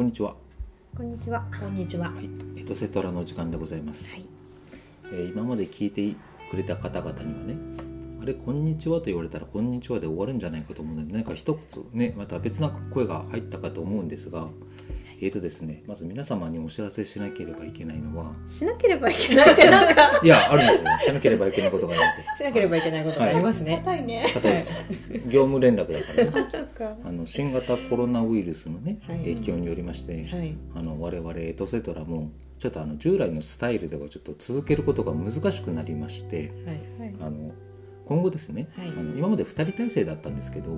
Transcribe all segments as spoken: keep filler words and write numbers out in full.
んにちは。 こんにちは。 こんにちは。 はい、エトセトラの時間でございます。 はい。 えー、今まで聞いてくれた方々にはね、あれこんにちはと言われたらこんにちはで終わるんじゃないかと思うので、何か一つね、また別な声が入ったかと思うんですが、えーとですね、まず皆様にお知らせしなければいけないのは、 しなければいけないってなんかいやあるんですよ。しなければいけないことがあるんですよ。 しなければいけないことがありますね。 硬いね。 硬いです。業務連絡だからね。 あ、そっか。 あの新型コロナウイルスのね、 はい影響によりまして、 はい。 あの我々エトセトラもちょっとあの従来のスタイルではちょっと続けることが難しくなりまして、 はい。 はい。 あの今後ですね、 はい、 あの今までふたり体制だったんですけど、 うん、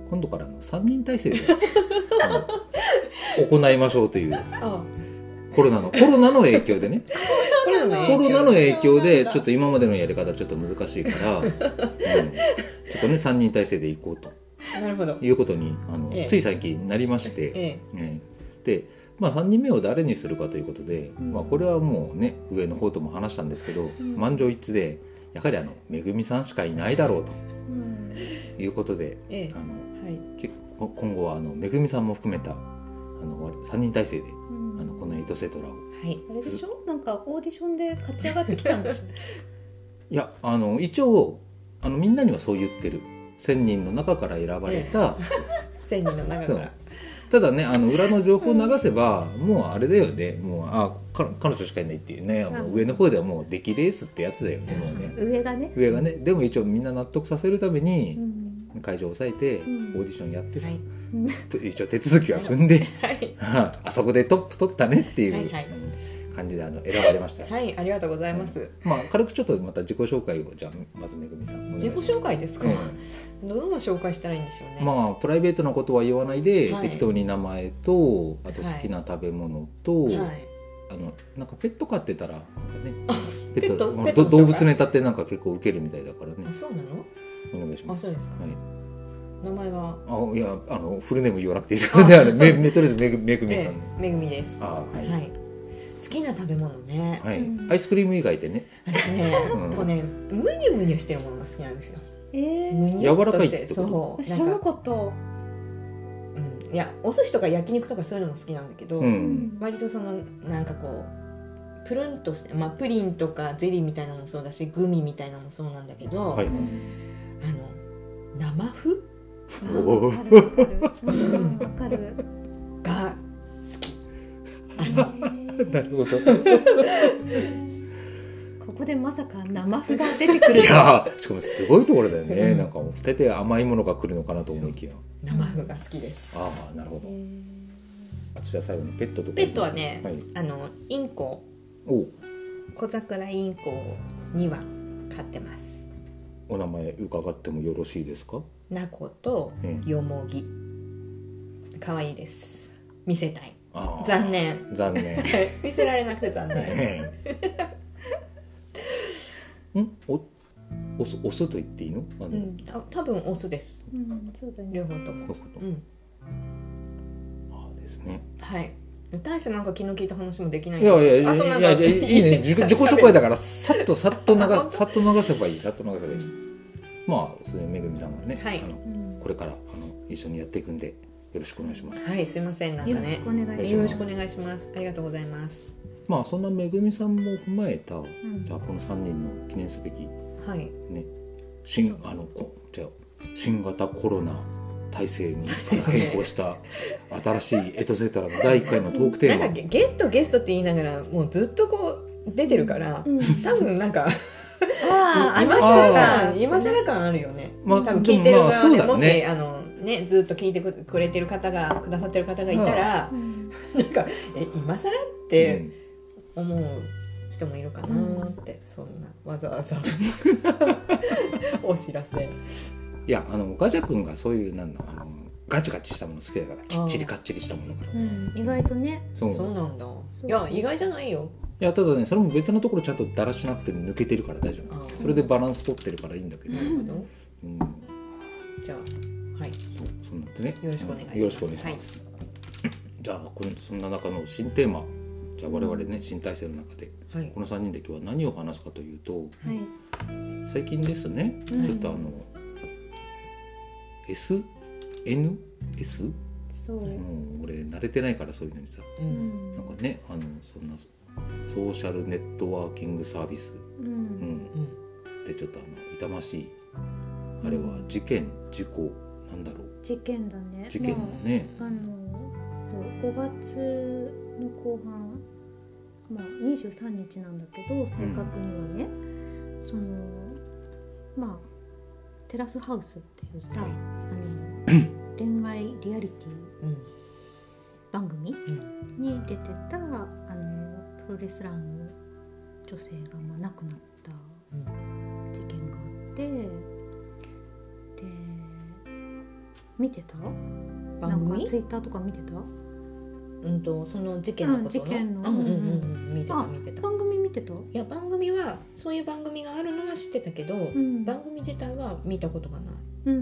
今度からあのさんにん体制であの行いましょうというあコロナのコロナの影響でねコロナのコロナの影響でちょっと今までのやり方ちょっと難しいから、うん、ちょっとねさんにん体制で行こうとなるほどいうことにあの、 ええ、 つい最近なりまして、 えええ、で、まあ、さんにんめを誰にするかということで、うん、まあ、これはもうね上の方とも話したんですけど、うん、満場一致でやはりあのめぐみさんしかいないだろうと、うん、いうことで、 ええ、 あのはい、 今後はあのめぐみさんも含めたあのさんにん体制で、うん、あのこのエトセトラを、 はい、あれでしょ、なんかオーディションで勝ち上がってきたんでしょいやあの一応あのみんなにはそう言ってるせんにんの中から選ばれた、 ええ、せんにんの中からただねあの裏の情報を流せば、うん、もうあれだよねもうあ彼女しかいないっていうね、うん、もう上の方ではもう出来レースってやつだよね、うん、もうね上がね上がねでも一応みんな納得させるために、 うん、 会場を抑えて、 うん、 オーディションやってさ、 はい、 一応手続きは踏んで、 はい、 あそこでトップ取ったねっていう、 はいはい、 感じであの選ばれました。 はい、ありがとうございます。 まあ軽くちょっとまた自己紹介をじゃあまずめぐみさん。 自己紹介ですか。うん、どんな紹介したらいいんでしょうね。 まあプライベートなことは言わないで、 はい、 適当に名前とあと好きな食べ物と、はい、あのなんかペット飼ってたらなんかね、 ペットペット動物ネタってなんか結構ウケるみたいだからね。 あ、そうなの？ お願いします。 あ、そうですか。はい。名前はあいやあのフルネーム言わなくていいですからね。あれめめとりあえずめぐめぐみさん、ね。 ええ、めぐみです。 あはい。 はい好きな食べ物ね、 はい、アイスクリーム以外でね私ね、うん、こうねムニュムニュしてるものが好きなんですよ。 えー、 ムニュ柔らかいってこと？ そう知らなかった。うん、 いやお寿司とか焼肉とかそういうのも好きなんだけど、うん、割とそのなんかこうプルンとして、まあ、プリンとかゼリーみたいなのもそうだしグミみたいなのもそうなんだけど、はい、あの生麩わかるわかる、うん、わかるが好き。 なるほどここでまさか生麩が出てくるいやしかもすごいところだよね、うん、なんかふたりで甘いものが来るのかなと思いきや生麩が好きです。 ああなるほど。あちら最後にペットとかペットはね、はい、あのインコお小桜インコには飼ってます。 お名前伺ってもよろしいですか？ ナコとヨモギ、可愛いです。見せたい。残念残念見せられなくて残念んおオスオスと言っていいの？あの、うん、 た多分オスです、 うん、そうだね、 両方とも、うん、 ああですね。 はい大してなんか気の利いた話もできないんですけど、いやいやいやいやいいね自己自己紹介だからさっとさっと流さっと流せばいいさっと流せばいい。まあそれめぐみさんがね、はい、あのこれからあの一緒にやっていくんでよろしくお願いします。 はい、すいませんなんかね。よろしくお願いします。よろしくお願いします。ありがとうございます。 まあそんなめぐみさんも踏まえた、うん、じゃあこのさんにんの記念すべき、 はいね、新あのこじゃあ新型コロナ体制に変更した新しいエトセトラのだいいっかいのトークテーマ。 なんかゲストゲストって言いながらもうずっとこう出てるから、うん、多分なんか。あ今更感今更感あるよね。まあ、多分聞いてる側で、まあね、もしあのね、ずっと聞いてくれてる方がくださってる方がいたら、うん、なんかえ今更って思う人もいるかなって、うん、そんなわざわざお知らせ。 いやあのガジャ君がそういうなんのあのガチガチしたもの好きだからきっちりかっちりしたものが、 うん、意外とねそうそうなんだ。いや意外じゃないよ。 いやただねそれも別のところちゃんとだらしなくて抜けてるから大丈夫。それでバランス取ってるからいいんだけど、うんうん、 じゃあはいそうそうなってねよろしくお願いします。 よろしくお願いします、はい、じゃあこれそんな中の新テーマじゃあ我々ね新体制の中で、はい、このさんにんで今日は何を話すかというと、はい、最近ですね、うん、ちょっとあの エスエヌエスそうもう俺慣れてないからそういうのにさ、 うん、 なんかねあのそんなソーシャルネットワーキングサービス、 うんうん、でちょっとあの痛ましいあれは事件事故なんだろう事件だね事件だね、 まあ、あのそうごがつの後半、まあ、にじゅうさんにちなんだけど正確にはね、うん、そのまあテラスハウスっていうさ、はい、あの恋愛リアリティ番組に出てた、うん、あのプロレスラーの女性がまあ亡くなった事件があって、で見てた？番組？なんかツイッターとか見てた？ うんとその事件のことの、うん、 事件の、 うんうんうん、見てた見てた。 番組見てた？いや番組はそういう番組があるのは知ってたけど、うん、番組自体は見たことがない。 うんうん、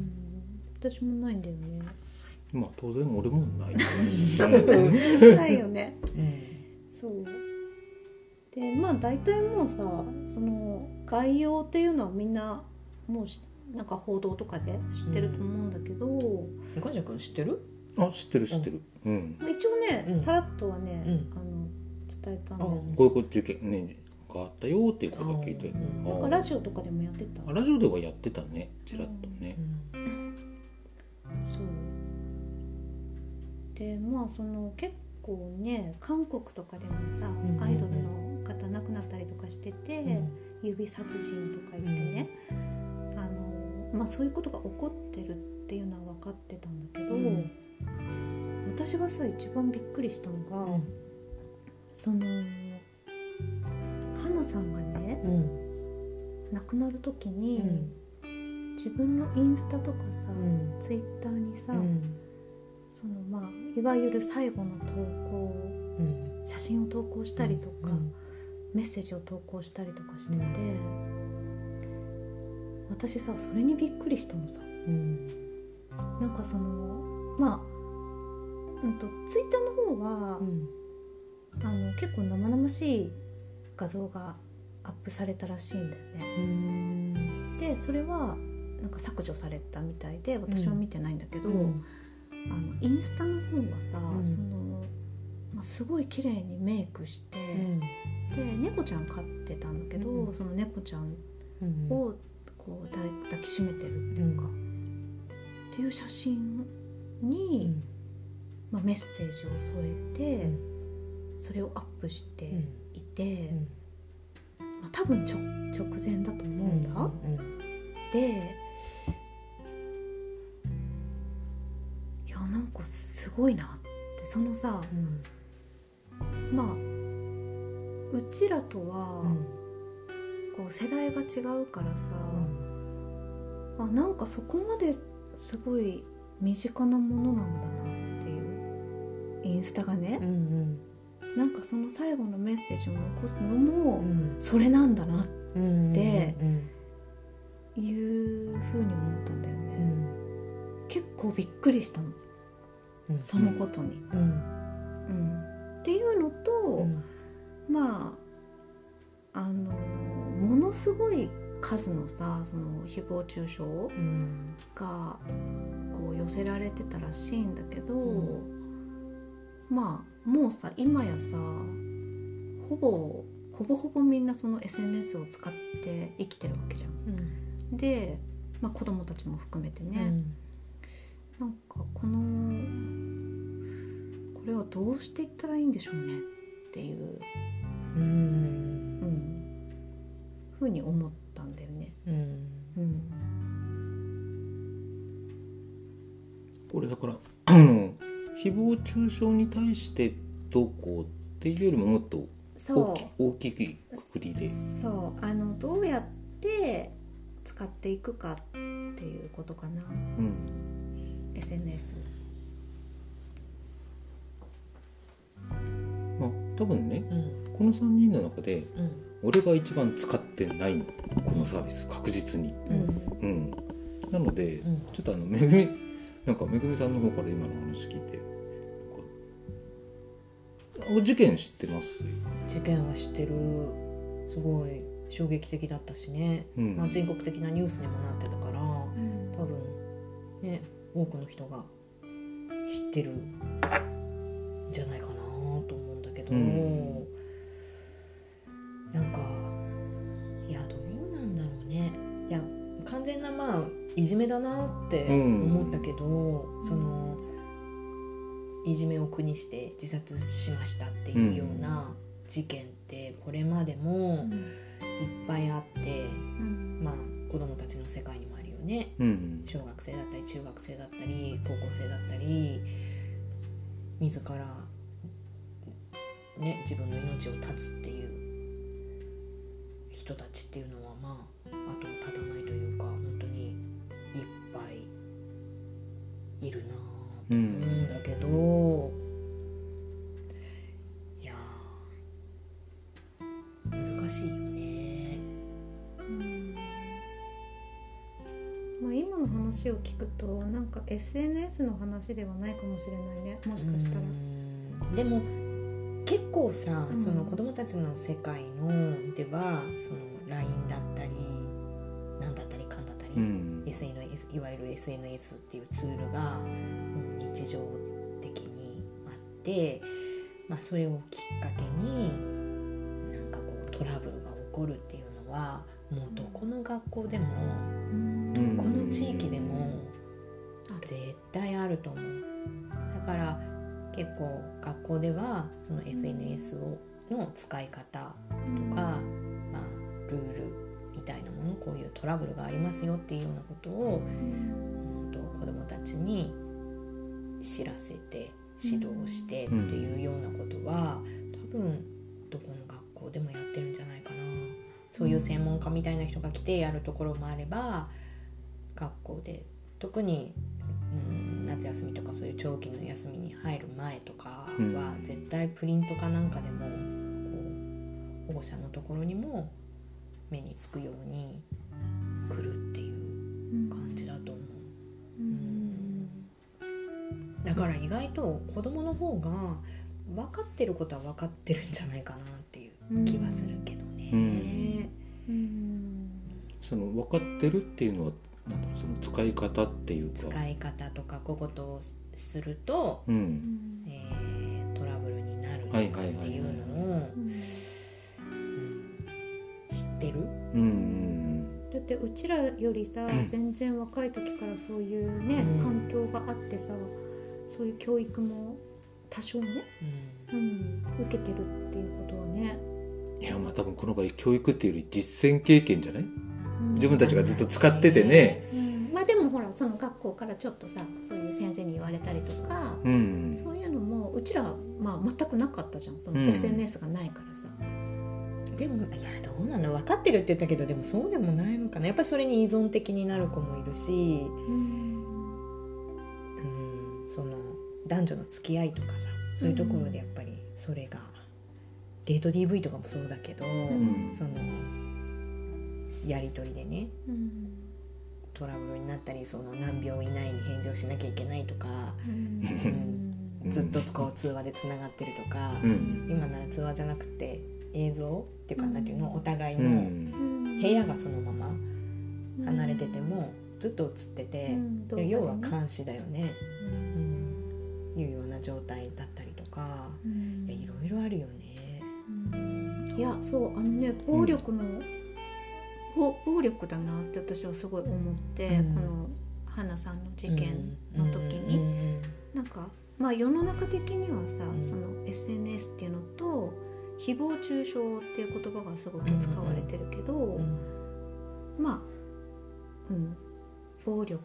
私もないんだよね。 まあ当然俺もない。 ないよね。うん、そう。でまあ大体もうさその概要っていうのはみんなもうしなんか報道とかで知ってると思うんだけど、 ガジャ君知ってる？ あ知ってる知ってる、うん、 一応ね、うん、さらっとはね、うん、あの伝えたんだよね。 こういう受験ねがあったよっていうことを聞いて、 うん、なんかラジオとかでもやってた。 ラジオではやってたねちらっとね、 うん、そうでまあその結構ね韓国とかでもさ、うん、アイドルの方亡くなったりとかしてて、うん、指殺人とか言ってね、うん、あのまあそういうことが起こってるっていうのは分かってたんだけど、うん、私がさ一番びっくりしたのが、うん、その花さんがね、うん、亡くなる時に、うん、自分のインスタとかさ、うん、ツイッターにさ、うん、そのまあいわゆる最後の投稿、うん、写真を投稿したりとか、うん、メッセージを投稿したりとかしてて、うん、私さそれにびっくりしたのさ、うん、なんかそのまあ、うんと、ツイッターの方は、うん、あの結構生々しい画像がアップされたらしいんだよね。うん、でそれはなんか削除されたみたいで私は見てないんだけど、うん、あのインスタの方はさ、うん、そのまあ、すごい綺麗にメイクして、うん、で猫ちゃん飼ってたんだけど、うん、その猫ちゃんをこう抱, 抱きしめてるっていうか、うん、っていう写真に、うんまあ、メッセージを添えて、うん、それをアップしていて、うんまあ、多分ちょ直前だと思うんだ、うんうん、でいやなんかすごいなってそのさ、うんまあうちらとは、うん、こう世代が違うからさ、うん、あなんかそこまですごい身近なものなんだなっていうインスタがね、うんうん、なんかその最後のメッセージを残すのも、うん、それなんだなっていうふうに思ったんだよね、うん、結構びっくりしたの、うん、そのことに、うんうんっていうのと、うん、まああのものすごい数のさその誹謗中傷がこう寄せられてたらしいんだけど、うん、まあもうさ今やさほぼほぼほぼみんなその エスエヌエス を使って生きてるわけじゃん、うん、で、まあ、子供たちも含めてね、うん、なんかこのこれはどうしていったらいいんでしょうねっていう、うんうん、ふうに思ったんだよね、うんうん、 これだから誹謗中傷に対してどうこうっていうよりももっと大き、大きいくくりでそうあのどうやって使っていくかっていうことかな、うん、エスエヌエスまあ、多分ね、うん、このさんにんの中で、うん、俺が一番使ってないのこのサービス確実に、うんうん、なので、うん、ちょっとあのめぐみなんかめぐみさんの方から今の話聞いてお事件知ってます？ 事件は知ってる。すごい衝撃的だったしね、うんまあ、全国的なニュースにもなってたから、うん、多分ね多くの人が知ってるんじゃないかなと思うんだけど、うん、なんかいやどうなんだろうね。いや完全なまあいじめだなって思ったけど、うん、そのいじめを苦にして自殺しましたっていうような事件ってこれまでもいっぱいあって、うん、まあ子どもたちの世界にもあるよね、うん、小学生だったり中学生だったり高校生だったり自ら、ね、自分の命を絶つっていう人たちっていうのはまあ後を絶たないというか本当にいっぱいいるなと思うんだけど、うん、いや難しいよね、 うんまあ、今の話を聞くとなんか エスエヌエス の話ではないかもしれないね、もしかしたら。 うんでも結構さ、うん、その子どもたちの世界のではその ライン だったりなんだったりかんだったり、うん、エスエヌエス いわゆる エスエヌエス っていうツールが日常的にあって、まあ、それをきっかけになんかこうトラブルが起こるっていうのはもうどこの学校でも、うん、どこの地域でも絶対あると思う。だから結構学校ではその エスエヌエス をの使い方とか、まあ、ルールみたいなものこういうトラブルがありますよっていうようなことを、うん、と子どもたちに知らせて指導してっていうようなことは多分どこの学校でもやってるんじゃないかな。そういう専門家みたいな人が来てやるところもあれば学校で特にうん、夏休みとかそういう長期の休みに入る前とかは絶対プリントかなんかでもこう保護者のところにも目につくように来るっていう感じだと思う、うんうん、だから意外と子供の方が分かってることは分かってるんじゃないかなっていう気はするけどね、うんうん、 その分かってるっていうのはなんだろう、その使い方っていうか使い方とかこういうことをすると、うんえー、トラブルになるとかっていうのを知ってる、うん、 だってうちらよりさ、うん、全然若い時からそういうね、うん、環境があってさそういう教育も多少ね、うんうん、受けてるっていうことはね。 いやまあ多分この場合教育っていうより実践経験じゃない？自分たちがずっと使っててね、 うん、まあでもほらその学校からちょっとさそういう先生に言われたりとか、うん、そういうのもうちら、まあ、全くなかったじゃん、その エスエヌエス がないからさ、うん、 でもいやどうなの分かってるって言ったけどでもそうでもないのかな。やっぱりそれに依存的になる子もいるし、うんうん、その男女の付き合いとかさそういうところでやっぱりそれが、うん、デート ディーブイ とかもそうだけど、うん、そのやり取りでね、うん、トラブルになったりその何秒以内に返事をしなきゃいけないとか、うんうん、ずっとこう通話でつながってるとか、うん、今なら通話じゃなくて映像っていうか、うん、なんていうのお互いの部屋がそのまま離れててもずっと映ってて、うん、要は監視だよね、うんうん、いうような状態だったりとか、うん、いろいろあるよね、 うん、いやそうあのね暴力の、うん暴力だなって私はすごい思って、うん、この花さんの事件の時に、うん、なんか、まあ、世の中的にはさ、うん、その エスエヌエス っていうのと誹謗中傷っていう言葉がすごく使われてるけど、うん、まあ、うん、暴力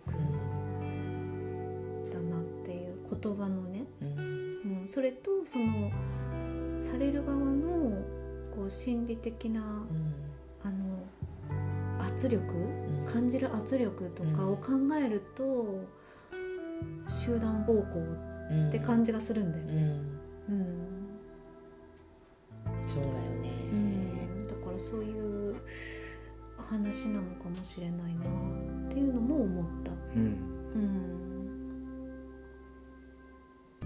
だなっていう言葉のね、うんうん、それとそのされる側のこう心理的な、うん、あの圧力、感じる圧力とかを考えると、うん、集団暴行って感じがするんだよね、うんうん、 そうだよね、 うん、だからそういう話なのかもしれないなっていうのも思った、うんうん、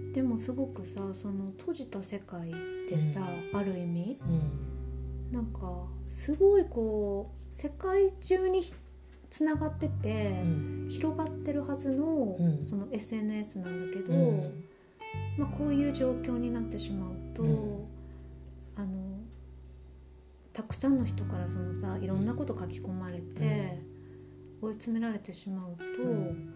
でもすごくさその閉じた世界でさ、うん、ある意味、うん、なんかすごいこう世界中につながってて、うん、広がってるはずの、うん、その エスエヌエス なんだけど、うんまあ、こういう状況になってしまうと、うん、あのたくさんの人からそのさいろんなこと書き込まれて、うん、追い詰められてしまうと、うん、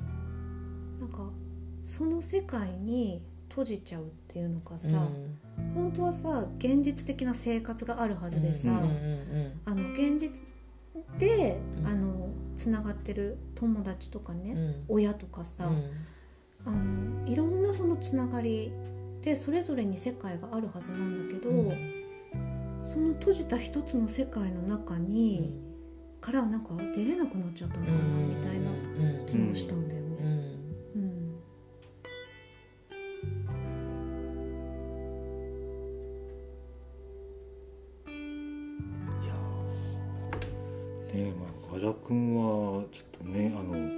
なんかその世界に閉じちゃうっていうのかさ、うん、本当はさ現実的な生活があるはずでさ、うんうんうんうん、あの現実で、うん、あのつながってる友達とかね、うん、親とかさ、うん、あのいろんなそのつながりでそれぞれに世界があるはずなんだけど、うん、その閉じた一つの世界の中に、うん、からなんか出れなくなっちゃったのかな、うん、みたいな気もしたんだよね、うんうんねまあ、ガジャ君はちょっとねあの本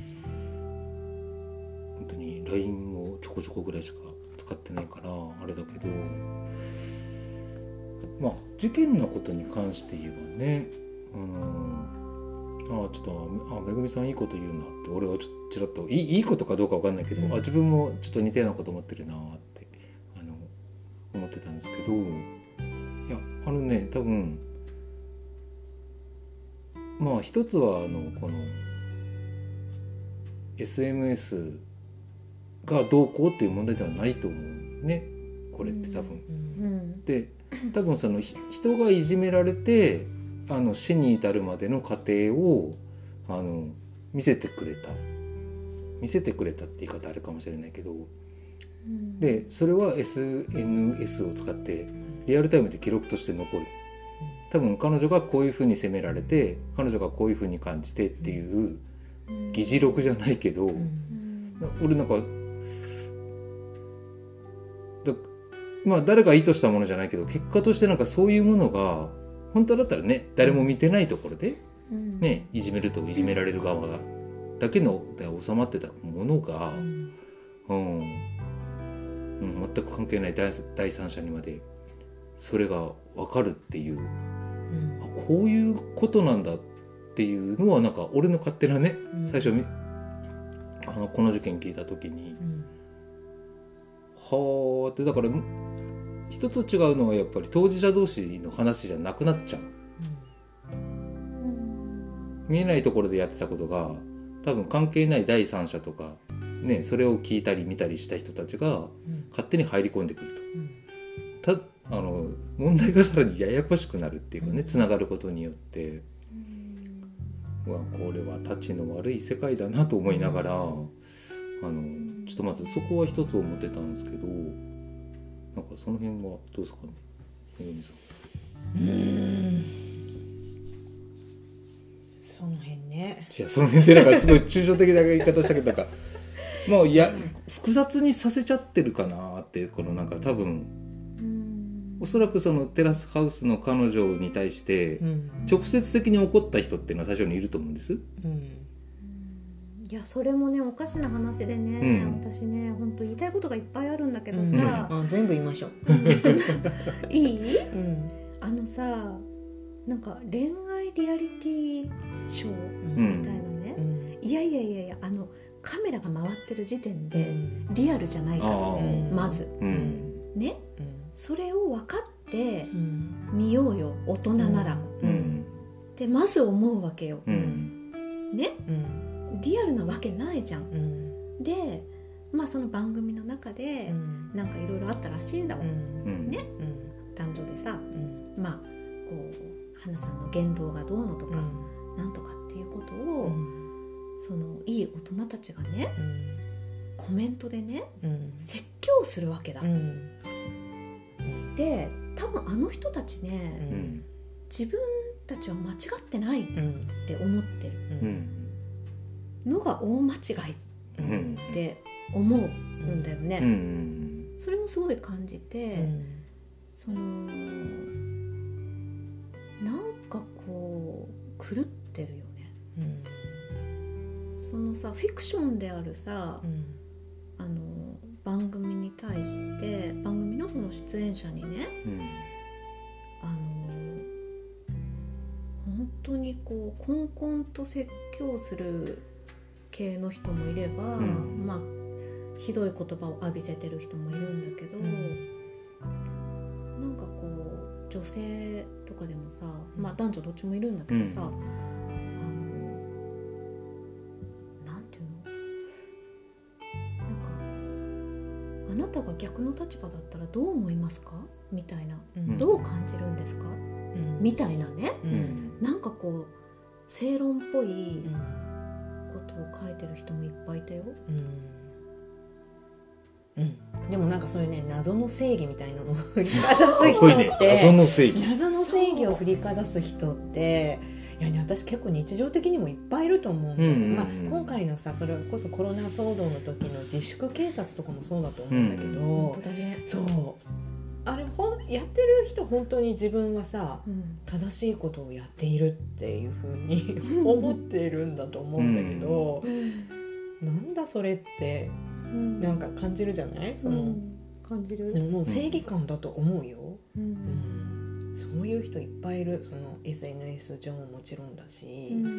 当に ライン をちょこちょこぐらいしか使ってないからあれだけど、まあ事件のことに関して言えばねあのあちょっとあめぐみさんいいこと言うなって俺はちょっとちらっといい、いいことかどうか分かんないけど、うん、あ自分もちょっと似たようなこと思ってるなってあの思ってたんですけどいやあのね多分まあ一つはあのこの エスエヌエス がどうこうっていう問題ではないと思うねこれって多分、うんうん、で多分その人がいじめられてあの死に至るまでの過程をあの見せてくれた見せてくれたって言い方あれかもしれないけど、うん、でそれは エスエヌエス を使ってリアルタイムで記録として残る多分彼女がこういう風に責められて彼女がこういう風に感じてっていう議事録じゃないけど、うん、俺なんかだまあ誰が意図したものじゃないけど結果としてなんかそういうものが本当だったらね誰も見てないところで、ね、いじめるといじめられる側がだけので収まってたものが、うんうんうん、全く関係ない 第, 第三者にまでそれが分かるっていう、うん、あこういうことなんだっていうのはなんか俺の勝手なね、うん、最初あのこの事件聞いた時に、うん、はあってだから一つ違うのはやっぱり当事者同士の話じゃなくなっちゃう、うん、見えないところでやってたことが多分関係ない第三者とか、ね、それを聞いたり見たりした人たちが勝手に入り込んでくると、うん、たあの問題がさらにややこしくなるっていうかね、つながることによって、うん、うわこれはたちの悪い世界だなと思いながら、うん、あのちょっとまずそこは一つ思ってたんですけど、なんかその辺はどうですかね、めぐみさん。うーんその辺ね。 いやその辺ってなんかすごい抽象的な言い方したけどなんかもういや複雑にさせちゃってるかなってこのなんか多分おそらくそのテラスハウスの彼女に対して直接的に怒った人っていうのは最初にいると思うんです、うんうん、 いやそれもねおかしな話でね、うん、私ね本当言いたいことがいっぱいあるんだけどさ、 うん、あ全部言いましょういい、うん、あのさなんか恋愛リアリティショーみたいなね、うん、いやいやいやいやあのカメラが回ってる時点でリアルじゃないから、うん、まず、うん、ね、うん、それを分かって見ようよ大人なら、うん、でまず思うわけよ、うん、ね、うん、リアルなわけないじゃん、うん、でまあその番組の中で、うん、なんかいろいろあったらしいんだわ、うん、ね、うん、男女でさ、うん、まあこう花さんの言動がどうのとか、うん、なんとかっていうことを、うん、そのいい大人たちがね、うん、コメントでね、うん、説教するわけだ、うん、で多分あの人たちね、うん、自分たちは間違ってないって思ってるのが大間違いって思うんだよね、うん、それもすごい感じて、うん、そのなんかこう狂ってるよね、うん、そのさフィクションであるさ、うん、あの番組に対して番組のその出演者にね、うん、あの本当にこうこんこんと説教する系の人もいれば、うん、まあひどい言葉を浴びせてる人もいるんだけど、うん、なんかこう女性とかでもさ、まあ男女どっちもいるんだけどさ、うん、あのなんていうの、なんかあなたが逆の立場だったらどう思いますかみたいな、うん、どう感じるんですか、うん、みたいなね、うん、なんかこう正論っぽいことを書いてる人もいっぱいいたよ、 うんうん、でもなんかそういうね謎の正義みたいなのを振りかざす人って、ね、 謎の正義謎の正義を振りかざす人っていや、ね、私結構日常的にもいっぱいいると思うんだよね、うんうんうん、まあ、今回のさそれこそコロナ騒動の時の自粛警察とかもそうだと思うんだけど、うん、 本当だね、 そうあれほんやってる人本当に自分はさ、うん、正しいことをやっているっていう風に思っているんだと思うんだけど、うん、なんだそれってなんか感じるじゃない？その、うん、 感じる。 でももう正義感だと思うよ、うんうん、そういう人いっぱいいる。その エスエヌエス 上ももちろんだし、うん、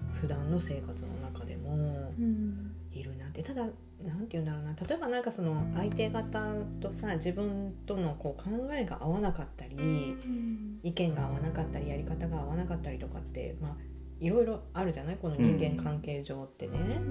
普段の生活の中でもいるなって。ただなんていうんだろうな、例えばなんかその相手方とさ自分とのこう考えが合わなかったり、うん、意見が合わなかったりやり方が合わなかったりとかってまあいろいろあるじゃない、この人間関係上ってね、うん、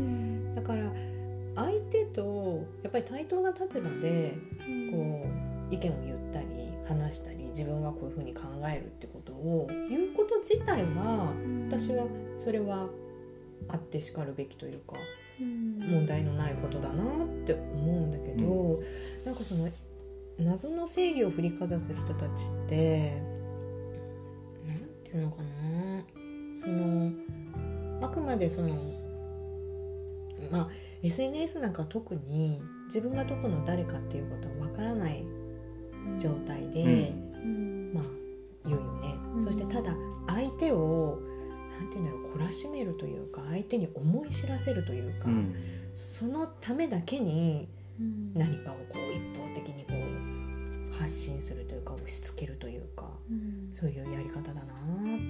だから相手とやっぱり対等な立場でこう意見を言ったり話したり自分はこういうふうに考えるってことを言うこと自体は、うん、私はそれはあってしかるべきというか問題のないことだなって思うんだけど、うん、なんかその謎の正義を振りかざす人たちってなんていうのかな、そのあくまでそのまあ エスエヌエス なんか特に自分がどこの誰かっていうことはわからない状態で、うん、まあ言うよね、うん、そしてただ相手をなんていうんだろう、懲らしめるというか相手に思い知らせるというか、うん、そのためだけに何かをこう一方的にこう発信するというか押し付けるというか、うん、そういうやり方だなって思うのよ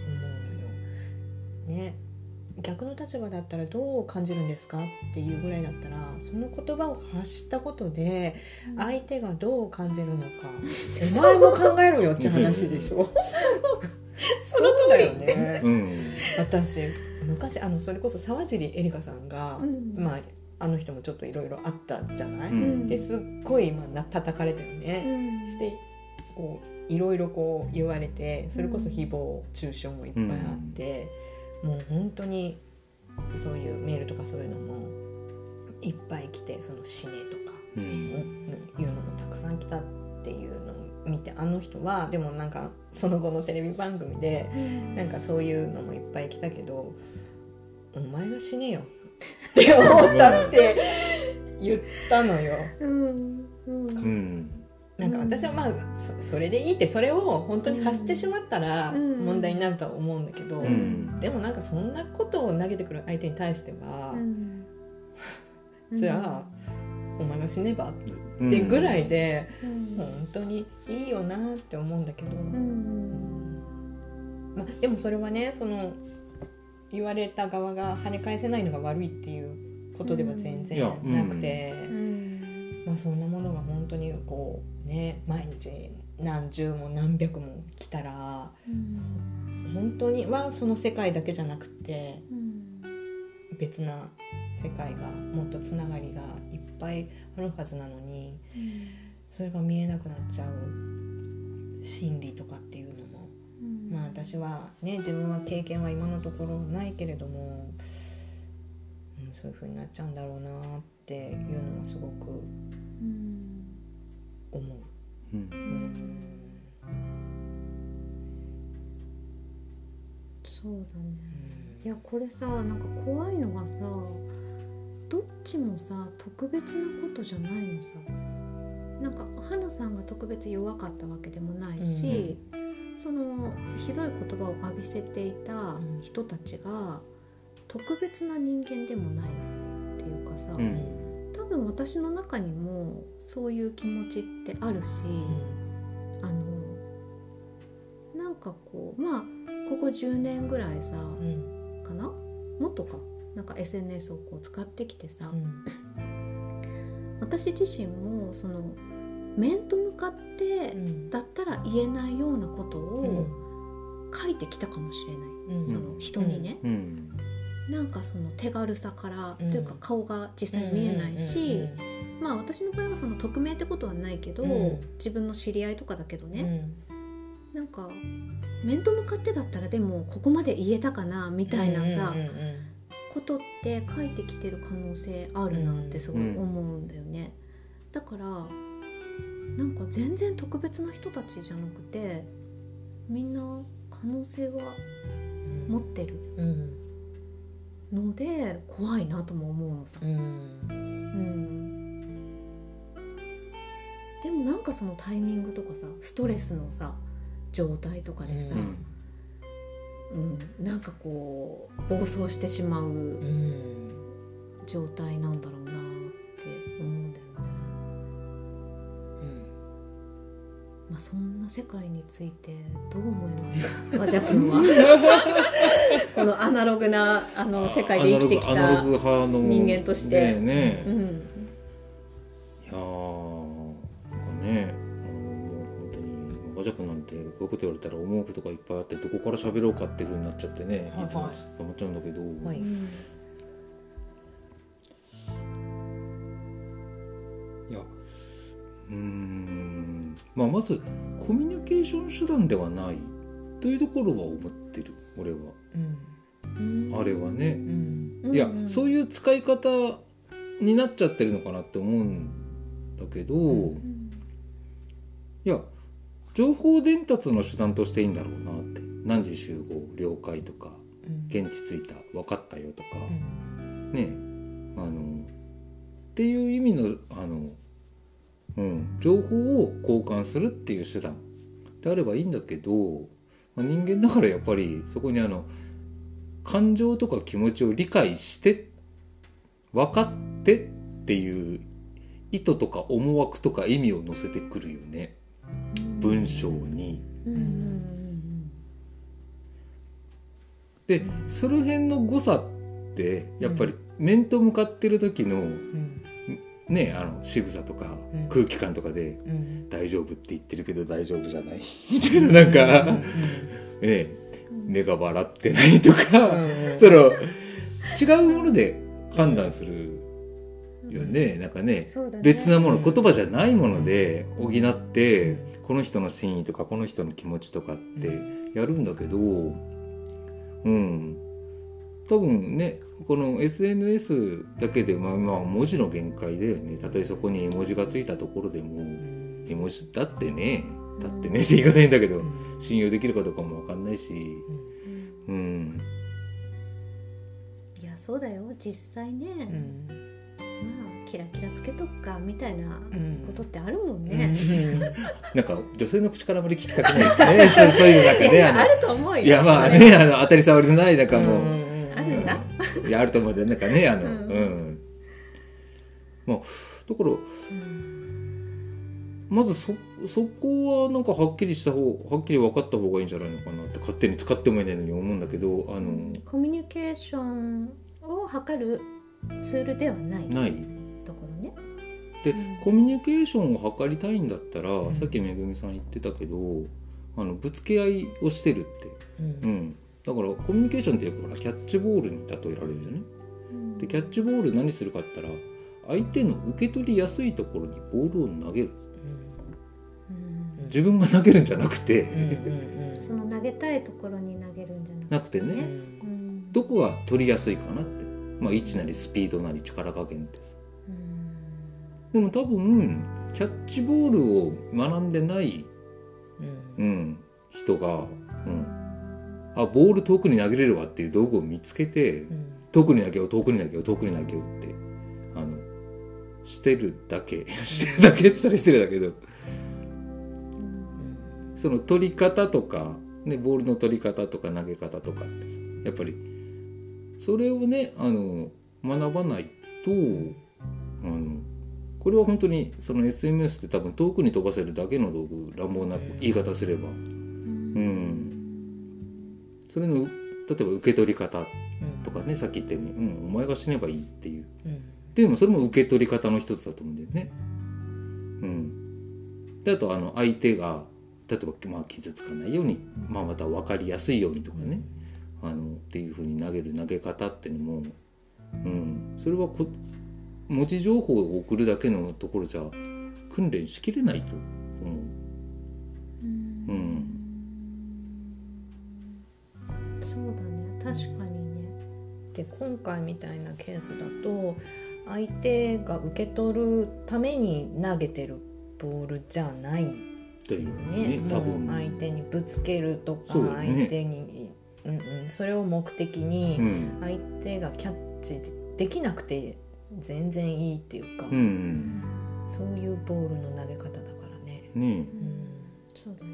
ね。逆の立場だったらどう感じるんですかっていうぐらいだったらその言葉を発したことで相手がどう感じるのか、うん、お前も考えろよっていう話でしょその通りね、うん、私昔あのそれこそ沢尻エリカさんが、うん、まああの人もちょっといろいろあったじゃない、うん、ですっごい今な叩かれたよね、うん、してこういろいろこう言われてそれこそ誹謗中傷もいっぱいあって、うん、もう本当にそういうメールとかそういうのもいっぱい来てその死ねとか、うん、いうのもたくさん来たっていうのを見て、あの人はでもなんかその後のテレビ番組でなんかそういうのもいっぱい来たけど、お前が死ねよって思ったって言ったのよ、うんうん、なんか私はまあ そ, それでいいって、それを本当に発してしまったら問題になるとは思うんだけど、うん、でもなんかそんなことを投げてくる相手に対しては、うん、じゃあ、うん、お前が死ねばってぐらいで、うん、本当にいいよなって思うんだけど、うんうんまあ、でもそれはねその言われた側が跳ね返せないのが悪いっていうことでは全然なくて、うんうんまあ、そんなものが本当にこうね毎日何十も何百も来たら、うん、本当にはその世界だけじゃなくて、うん、別な世界がもっとつながりがいっぱいあるはずなのに、うん、それが見えなくなっちゃう心理とかっていうのも、うん、まあ私はね自分は経験は今のところないけれども、うん、そういう風になっちゃうんだろうなっていうのはすごく思う、うんうん、 そうだね、うん、いやこれさなんか怖いのがさどっちもさ特別なことじゃないのさ。なんか花さんが特別弱かったわけでもないし、うん、そのひどい言葉を浴びせていた人たちが特別な人間でもないっていうかさ、うん、多分私の中にもそういう気持ちってあるし、うん、あのなんかこうまあここじゅうねんぐらいさ、うん、かなもっとかなんか エスエヌエス をこう使ってきてさ、うん、私自身もその面と向かってだったら言えないようなことを書いてきたかもしれない、うん、その人にね、うんうん、なんかその手軽さから、うん、というか顔が実際見えないし、うんうんうん、まあ私の場合はその匿名ってことはないけど、うん、自分の知り合いとかだけどね、うん、なんか面と向かってだったらでもここまで言えたかなみたいなさ、うんうんうんうん、ことって書いてきてる可能性あるなってすごい思うんだよね、うん、だからなんか全然特別な人たちじゃなくてみんな可能性は持ってるので怖いなとも思うのさ、うんうん、でもなんかそのタイミングとかさストレスのさ状態とかでさ、うんうん、なんかこう暴走してしまう状態なんだろうなって思うんだよね、まあ、そんな世界についてどう思いますか和田君はこのアナログなあの世界で生きてきた人間として、ねえねえ、うん、 いやーなんかね和田君なんてこういうこと言われたら思うことがいっぱいあってどこから喋ろうかっていう風になっちゃってね、はい、いつも思っちゃうんだけど、はい、いやうーんまあ、まずコミュニケーション手段ではないというところは思ってる俺は、うん、あれはね、うん、いや、うん、そういう使い方になっちゃってるのかなって思うんだけど、うん、いや情報伝達の手段としていいんだろうなって何時集合了解とか、うん、現地着いた分かったよとか、うん、ねあのっていう意味のあのうん、情報を交換するっていう手段であればいいんだけど、まあ、人間だからやっぱりそこにあの感情とか気持ちを理解して分かってっていう意図とか思惑とか意味を乗せてくるよね、文章に、うんうん、でその辺の誤差ってやっぱり面と向かってる時の、うんね、あの仕草とか空気感とかで、うん、大丈夫って言ってるけど大丈夫じゃないみたいななんか、うんね、目が笑ってないとか、うん、その違うもので判断するよね、うん、なんか ね, ね別なもの言葉じゃないもので補って、うん、この人の真意とかこの人の気持ちとかってやるんだけど、うん多分ねこの エスエヌエス だけで、まあ、まあ文字の限界だよね。たとえそこに絵文字がついたところでも、うん、絵文字だってねだってねって言い方いいんだけど、うん、信用できるかどうかも分かんないし、うん、うん、 いやそうだよ実際ね、うん、まあキラキラつけとくかみたいなことってあるもんね、うんうん、 なんか女性の口からあまり聞きたくないですねそう、そういう中で、ね、 あのあると思うよ。 いやまあねあの当たり障りのないなんかもう、うんうんあるんだいやあると思うんだよなんかねあの、うんうん、まあだから、うん、まず そ, そこはなんかはっきりした方はっきり分かった方がいいんじゃないのかなって勝手に使ってもいないのに思うんだけどあのコミュニケーションを図るツールではないないところね。 で、うん、コミュニケーションを図りたいんだったら、うん、さっきめぐみさん言ってたけどあのぶつけ合いをしてるって、うんうんだからコミュニケーションっていうかキャッチボールに例えられるじゃね、うん、でキャッチボール何するかって言ったら相手の受け取りやすいところにボールを投げる、うん、自分が投げるんじゃなくて、 うんうん、その投げたいところに投げるんじゃなくてね、 なくてね、うん、どこが取りやすいかなって、まあ、位置なりスピードなり力加減です、うん、でも多分キャッチボールを学んでない、うんうん、人が、うんあボール遠くに投げれるわっていう道具を見つけて、うん、遠くに投げよう遠くに投げよう遠くに投げようってあのしてるだけしてるだけしたりしてるだけど、うん、その取り方とか、ね、ボールの取り方とか投げ方とかってさやっぱりそれをねあの学ばないとあのこれは本当にその エスエヌエス って多分遠くに飛ばせるだけの道具乱暴な言い方すれば、うんうんそれの例えば受け取り方とかね、うん、さっき言ったように、うん、お前が死ねばいいっていう、うん、でもそれも受け取り方の一つだと思うんだよね。うん、であとあの相手が例えば、まあ、傷つかないように、まあ、また分かりやすいようにとかね、うん、あのっていう風に投げる投げ方っていうのも、うん、それはこ文字情報を送るだけのところじゃ訓練しきれないと思う。うん、うん、 そうだね、確かにね。 で今回みたいなケースだと相手が受け取るために投げてるボールじゃないというね、ね、多分相手にぶつけるとか、ね、相手に、うんうん、それを目的に相手がキャッチできなくて全然いいっていうか、うんうん、そういうボールの投げ方だからね。ね、うん、 そうだね。うん、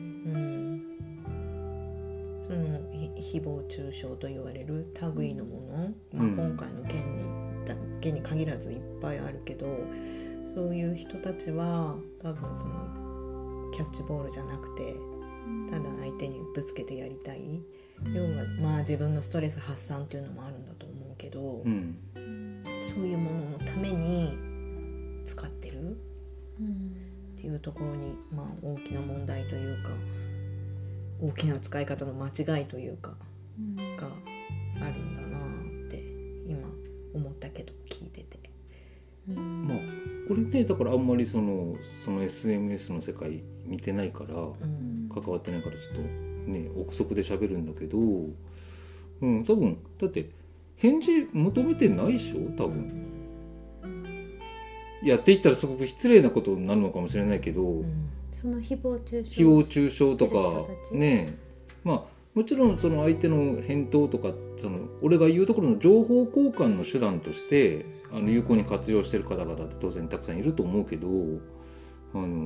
その誹謗中傷と言われる類のもの、まあ、今回の件にだけに限らずいっぱいあるけど、そういう人たちは多分そのキャッチボールじゃなくてただ相手にぶつけてやりたい、要はまあ自分のストレス発散っていうのもあるんだと思うけど、うん、そういうもののために使ってるっていうところに、まあ、大きな問題というか大きな使い方の間違いというか、うん、があるんだなって今思ったけど聞いてて、 うん、まあこれねだからあんまりそのその エスエヌエス の世界見てないから、うん、関わってないからちょっとね憶測で喋るんだけど、うん、多分だって返事求めてないでしょ多分。いやって言ったらすごく失礼なことになるのかもしれないけど、うん、 その誹謗中傷誹謗中傷とかね、まあもちろんその相手の返答とかその俺が言うところの情報交換の手段としてあの有効に活用してる方々って当然たくさんいると思うけど、あの、うん、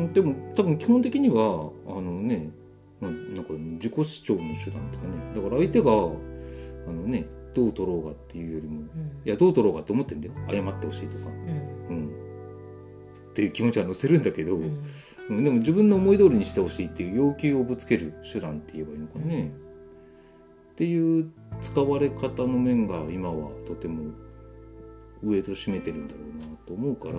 でも多分基本的にはあのね、まあ、なんか自己主張の手段とかね、だから相手があのねどう取ろうがっていうよりも、うん、いやどう取ろうがって思ってんだよ、謝ってほしいとか、うんうん、っていう気持ちは乗せるんだけど、うんうん、でも自分の思い通りにしてほしいっていう要求をぶつける手段って言えばいいのかね、うん、っていう使われ方の面が今はとても上と占めてるんだろうなと思うから、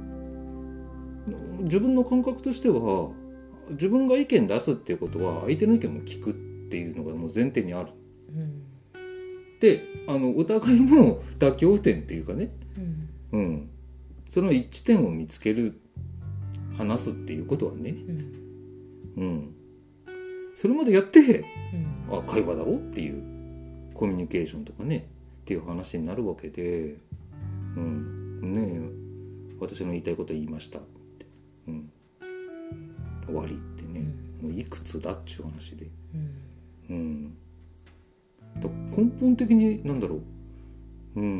自分の感覚としては自分が意見出すっていうことは相手の意見も聞くっていうのがもう前提にある、うんであのお互いの妥協点っていうかね、うんうん、その一致点を見つける話すっていうことはね、うんうん、それまでやって、うん、あ会話だろっていうコミュニケーションとかねっていう話になるわけで、うん、ねえ私の言いたいこと言いましたって、うん、終わりってね、うん、もういくつだっちゅう話で、うんうん根本的に何だろう、うん、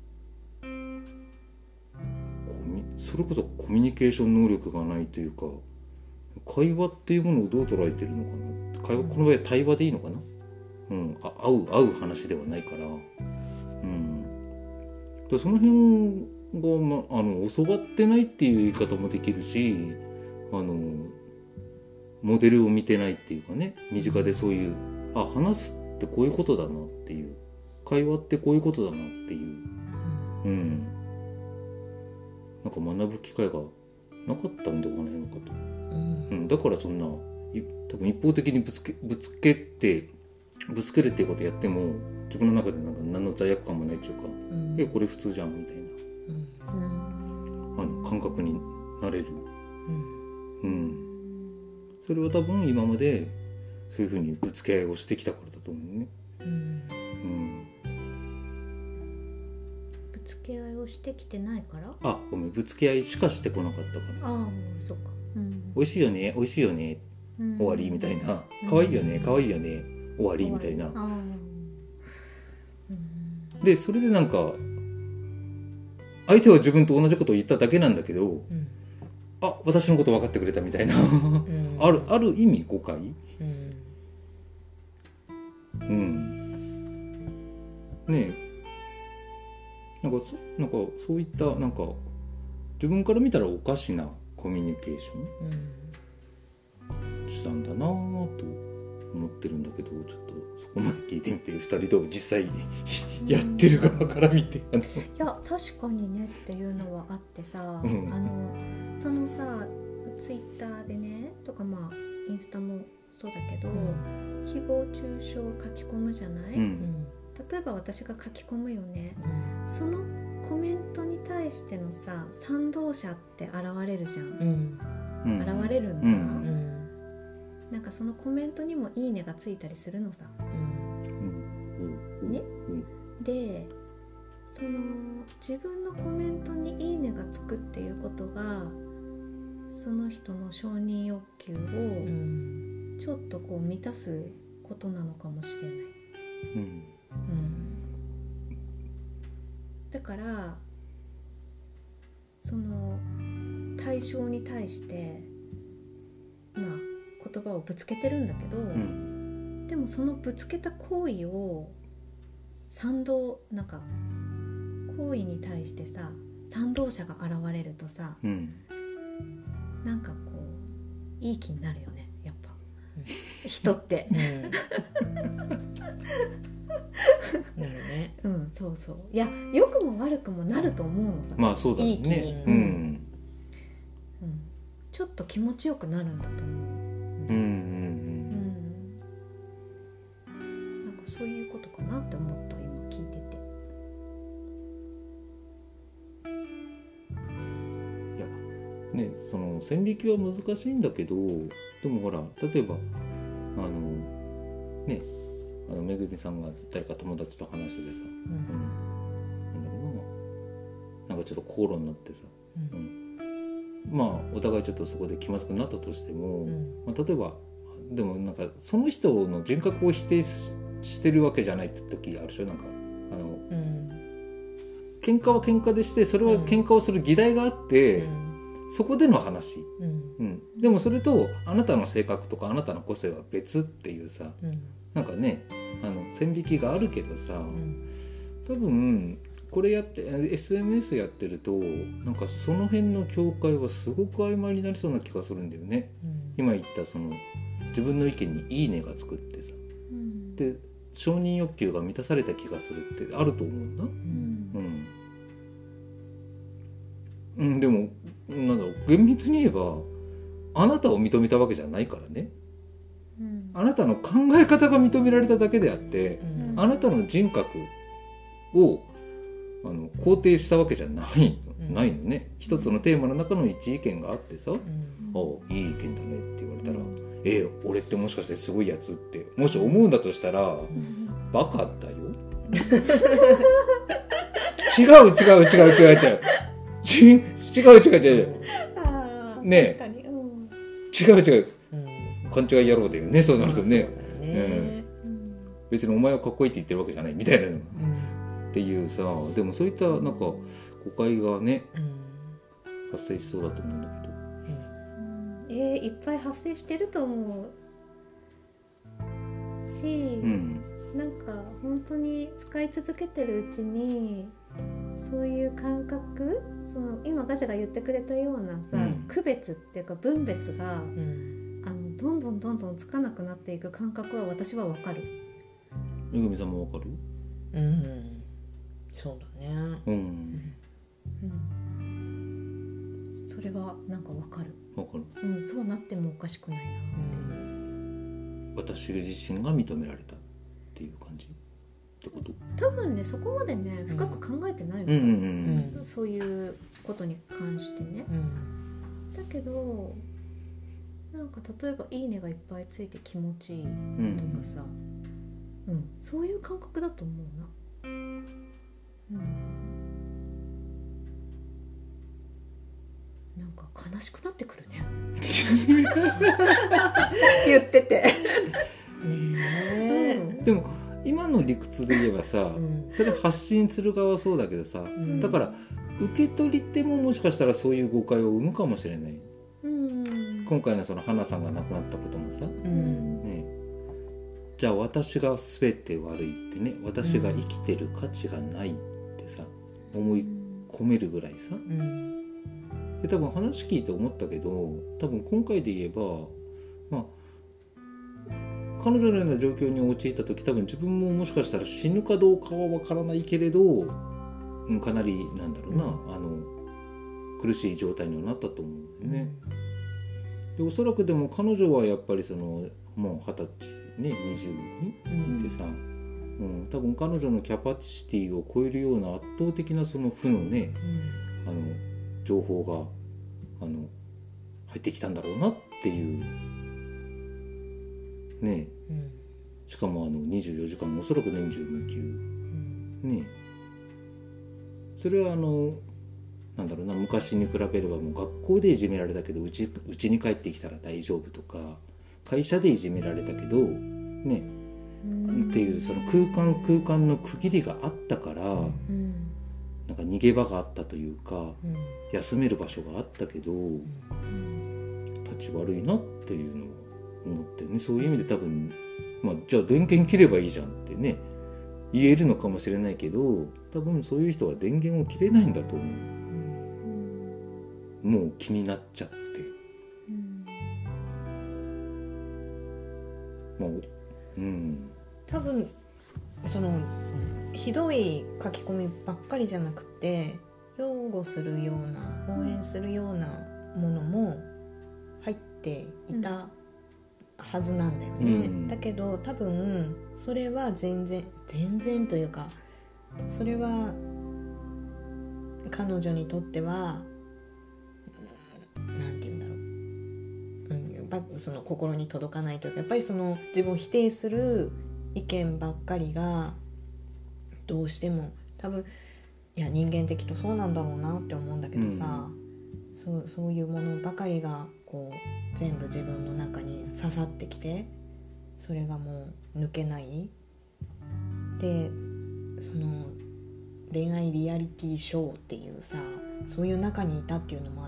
それこそコミュニケーション能力がないというか会話っていうものをどう捉えてるのかな、会話この場合は対話でいいのかな、うん、あ会う会う話ではないから、うん、だその辺が、ま、あの教わってないっていう言い方もできるし、あのモデルを見てないっていうかね、身近でそういうあ話すってこういうことだなっていう、会話ってこういうことだなっていう、うん、なんか学ぶ機会がなかったんではないのかと、うんうん、だからそんな多分一方的にぶつけぶつけてぶつけるっていうことやっても自分の中でなんか何の罪悪感もないっていうか、うん、えこれ普通じゃんみたいな、うん、あの感覚になれる、うんうん、それは多分今までそういうふうにぶつけ合いをしてきたからだと思うね、うんうん、 ぶつけ合いをしてきてないから？ あ、ごめん、ぶつけ合いしかしてこなかったから。 ああ、そっか、うん、 美味しいよね、美味しいよね、うん、終わりみたいな、可愛いよね、可愛いよね、終わりみたいな、うん、でそれでなんか相手は自分と同じことを言っただけなんだけど、うん、あ、私のこと分かってくれたみたいな、うん、あるある意味誤解、うんうん、ねえなんかそ、なんかそういったなんか自分から見たらおかしなコミュニケーションしたんだなぁとこまで聞いてみて、ふたりどう実際やってる側から見て、あのいや確かにねっていうのはあってさ、 うん、 あのそのさツイッターでねとかまあインスタもそうだけど、うん、誹謗中傷を書き込むじゃない、うん、例えば私が書き込むよね、うん、そのコメントに対してのさ賛同者って現れるじゃん、うん、現れるんだ、うん、なんかそのコメントにもいいねがついたりするのさ、うん、ね、うん、でその自分のコメントにいいねがつくっていうことがその人の承認欲求をちょっとこう満たすことなのかもしれない、うんうん、だからその対象に対してまあ言葉をぶつけてるんだけど、うん、でもそのぶつけた行為を賛同なんか行為に対してさ賛同者が現れるとさ、うん、なんかこういい気になるよねやっぱ、うん、人って、うん、なるね、 うん、そうそういや良くも悪くもなると思うのさ、 まあそうだね、 いい気に、うんうん、ちょっと気持ちよくなるんだと思う、うんうんうん、なんかそういうことかなって思った今聞いてて。 ね、その線引きは難しいんだけど、でもほら例えばあのねあのめぐみさんが誰か友達と話しててさ、うんうん、なんだろうななんかちょっと口論になってさ、うんうん、まあお互いちょっとそこで気まずくなったとしても、うんまあ、例えばでもなんかその人の人格を否定 し, してるわけじゃないって時あるでしょなんかあの、うん、喧嘩は喧嘩でしてそれは喧嘩をする議題があって、うんそこでの話、うんうん、でもそれとあなたの性格とかあなたの個性は別っていうさ、うん、なんかねあの線引きがあるけどさ、うん、多分これやって エスエヌエス やってるとなんかその辺の境界はすごく曖昧になりそうな気がするんだよね、うん、今言ったその自分の意見にいいねがつくってさ、うん、で承認欲求が満たされた気がするってあると思うんだ、うんうんうん、でもなんだろう厳密に言えばあなたを認めたわけじゃないからね、うん、あなたの考え方が認められただけであって、うん、あなたの人格をあの肯定したわけじゃない、うん、ないのね一つのテーマの中の一意見があってさ、うん、あいい意見だねって言われたら、うん、え俺ってもしかしてすごいやつってもし思うんだとしたら、うん、バカだよ違う違う違う違う違う違う違う違う違うねえ、確かに、うん、違う違う、うん、勘違い野郎だよねそうなるとね、うんねうん、別にお前はかっこいいって言ってるわけじゃないみたいな、うん、っていうさでもそういったなんか誤解がね、うん、発生しそうだと思うんだけど、 うん、えー、いっぱい発生してると思うし、うん、なんか本当に使い続けてるうちにそういう感覚その今ガジャが言ってくれたようなさ、うん、区別っていうか分別が、うん、あのどんどんどんどんつかなくなっていく感覚は私は分かる。 めぐみさんも分かる？ うんそうだね、うんうん、それはなんか分かる分かる、 うん、そうなってもおかしくないなって、うん、 私自身が認められたっていう感じってこと？ 多分ねそこまでね深く考えてないのさ、うんうんうん、そういうことに関してね、うん、だけどなんか例えばいいねがいっぱいついて気持ちいいとかさ、うんうん、そういう感覚だと思うな、うん、なんか悲しくなってくるね言っててねえ、うん、でも今の理屈で言えばさ、うん、それ発信する側はそうだけどさ、うん、だから受け取り手ももしかしたらそういう誤解を生むかもしれない、うん、今回のその花さんが亡くなったこともさ、うんね、じゃあ私が全て悪いってね私が生きてる価値がないってさ思い込めるぐらいさ、うん、で多分話聞いて思ったけど多分今回で言えばまあ彼女のような状況に陥った時、多分自分ももしかしたら死ぬかどうかは分からないけれど、うん、かなりなんだろうな、うん、あの苦しい状態にはなったと思うんだよね、うん、でおそらくでも彼女はやっぱりそのもう二十歳ねにじゅうにでさ、うんうん、多分彼女のキャパシティを超えるような圧倒的なその負のね、うん、あの情報があの入ってきたんだろうなっていうね、うん、しかもあのにじゅうよじかんおそらく年中無休、うん、ね、それはあのなんだろうな、昔に比べればもう学校でいじめられたけどうち、うちに帰ってきたら大丈夫とか、会社でいじめられたけどね、っていうその空間空間の区切りがあったから、うん、なんか逃げ場があったというか、うん、休める場所があったけど、うん、立ち悪いなっていうのを思ってね。そういう意味で多分、まあ、じゃあ電源切ればいいじゃんってね言えるのかもしれないけど、多分そういう人は電源を切れないんだと思う、うん、もう気になっちゃって、うん、もううん、 多分そのひどい書き込みばっかりじゃなくて、擁護するような応援するようなものも入っていたはずなんだよね、うん、だけど多分それは全然全然というか、それは彼女にとってはなんて言うんだろう、うん、その心に届かないというか、やっぱりその自分を否定する意見ばっかりがどうしても多分、いや人間的とそうなんだろうなって思うんだけどさ、うん、そう、そういうものばかりがこう全部自分の中に刺さってきて、それがもう抜けないで、その恋愛リアリティショーっていうさ、そういう中にいたっていうのもあって、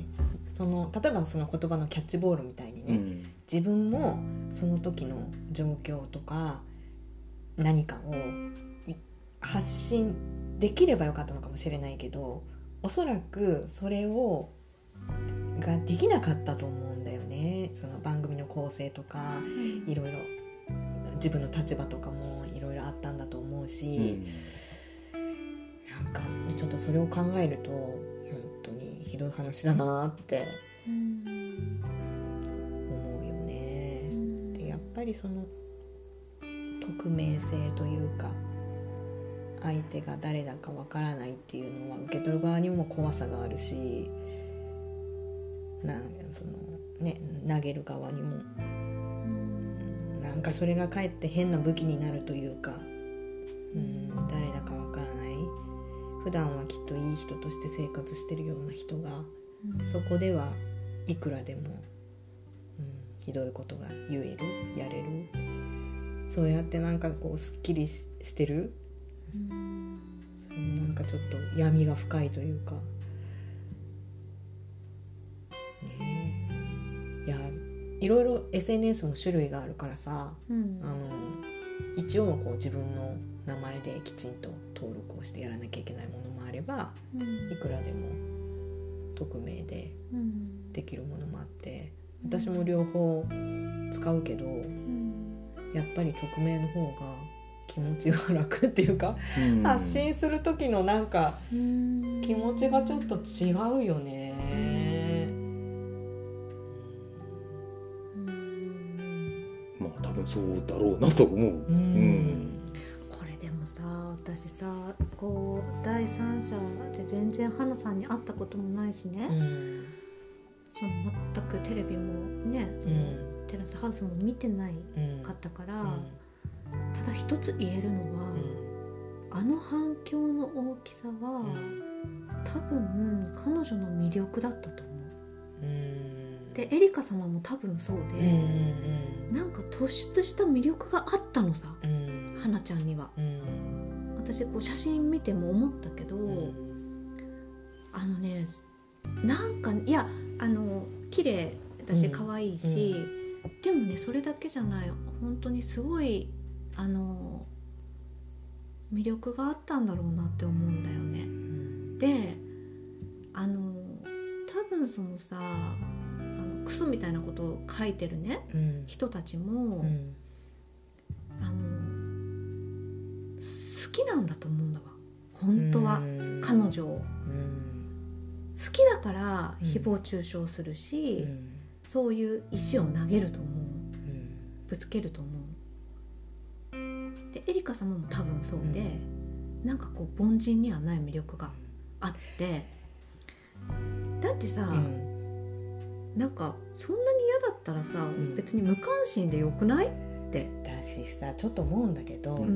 その例えばその言葉のキャッチボールみたいにね、うん、自分もその時の状況とか何かを発信できればよかったのかもしれないけど、おそらくそれをができなかったと思うんだよね。その番組の構成とか、うん、いろいろ自分の立場とかもいろいろあったんだと思うし、うん、なんかちょっとそれを考えると本当にひどい話だなって思うよね、うん、でやっぱりその匿名性というか、相手が誰だかわからないっていうのは受け取る側にも怖さがあるし、なそのね、投げる側にも、うん、なんかそれがかえって変な武器になるというか、うん、誰だかわからない、普段はきっといい人として生活してるような人が、うん、そこではいくらでも、うん、ひどいことが言える、やれる、そうやってなんかこうすっきりしてる、うん、そのなんかちょっと闇が深いというか、ね、いやいろいろ エスエヌエス も種類があるからさ、うん、あの一応こう自分の名前できちんと登録をしてやらなきゃいけないものもあれば、うん、いくらでも匿名でできるものもあって、私も両方使うけど、うん、やっぱり匿名の方が気持ちが楽っていうか、うん、発信する時のなんか気持ちがちょっと違うよね、 うん、まあ多分そうだろうなと思う、うんうん、 これでもさ、私さこう第三者で全然花さんに会ったこともないしね、うん、その全くテレビもね、そのテラスハウスも見てないかったから、うんうん、ただ一つ言えるのは、うん、あの反響の大きさは、うん、多分彼女の魅力だったと思う、うん、でエリカ様も多分そうで、うんうん、なんか突出した魅力があったのさ、うん、花ちゃんには、うん、私こう写真見ても思ったけど、うん、あのね、なんかいやあの綺麗だし可愛いし、うんうん、でもねそれだけじゃない、本当にすごいあの魅力があったんだろうなって思うんだよね、うん、であの多分そのさ、あのクソみたいなことを書いてるね、うん、人たちも、うん、 きなんだと思うんだわ本当は彼女を好きだから誹謗中傷するし、うん、そういう石を投げると思う、うん、ぶつけると思うでエリカ様も多分そうで、うん、なんかこう凡人にはない魅力があってだってさ、うん、なんかそんなに嫌だったらさ、うん、別に無関心でよくないってだしさちょっと思うんだけど、うん、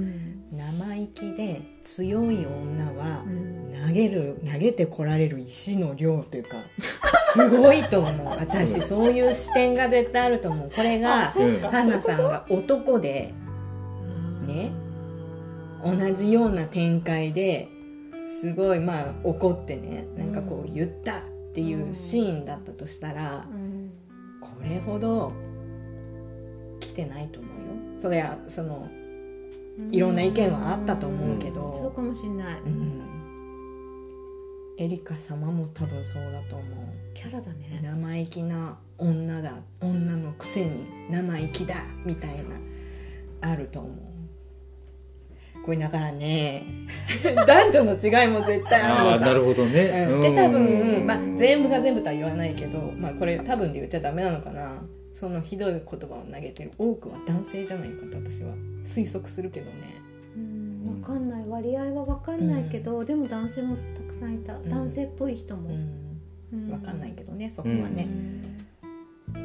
生意気で強い女は投げる、投げてこられる石の量というかすごいと思う私そういう視点が絶対あると思うこれが花さんが男でね同じような展開ですごいまあ怒ってねなんかこう言ったっていうシーンだったとしたら、うん、これほど来てないと思うよそりゃそのいろんな意見はあったと思うけど、 うん、そうかもしれない、うん、 エリカ様も多分そうだと思うキャラだね生意気な女だ女のくせに生意気だみたいなあると思うこれだからね男女の違いも絶対あるのさあなるほどね、 うん、で多分、まあ、全部が全部とは言わないけど、まあ、これ多分で言っちゃダメなのかなそのひどい言葉を投げてる多くは男性じゃないかと私は推測するけどねうん分かんない割合は分かんないけど、うん、でも男性もたくさんいた、うん、男性っぽい人も、うんうん、分かんないけどねそこはね、うん、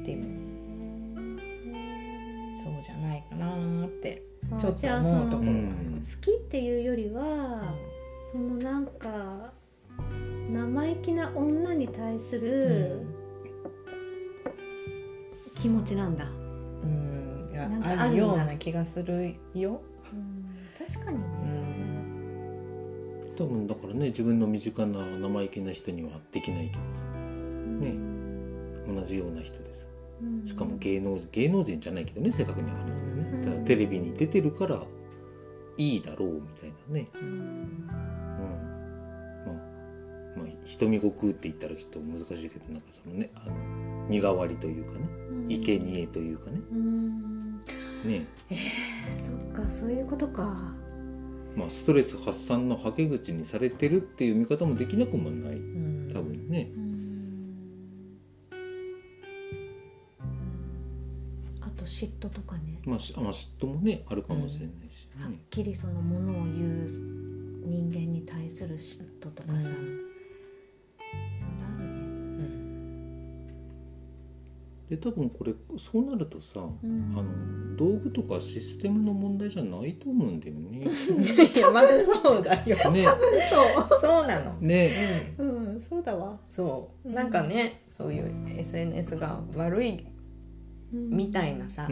でもそうじゃないかなってちょっと思うところは、うん、 好きっていうよりは、うん、そのなんか生意気な女に対する、うん気持ちなんだ、 うん、いやなんかあるような気がするよ、 うん、確かにね、 うん、多分だからね自分の身近な生意気な人にはできないけどさ、うん、ね同じような人でさ、うん、しかも芸能芸能人じゃないけどね正確には話すね、うん、ただテレビに出てるからいいだろうみたいなね、うんうんまあまあ、瞳悟空って言ったらちょっと難しいけどなんかそのねあの身代わりというかね生贄というかね、うん、ねえー、そっかそういうことか、 まあ、ストレス発散のはけ口にされてるっていう見方もできなくもない、うん、多分ね、うん、 あと嫉妬とかね、 まあ、まあ嫉妬もねあるかもしれないし、ねうん、はっきりそのものを言う人間に対する嫉妬とかさ、うんで多分これそうなるとさ、うん、あの道具とかシステムの問題じゃないと思うんだよねいやまずそうだよ、 ね、 多分そうそうなのね、うん、うん、そうだわそう、うん、なんかねそういう エスエヌエス が悪いみたいなさ、うん、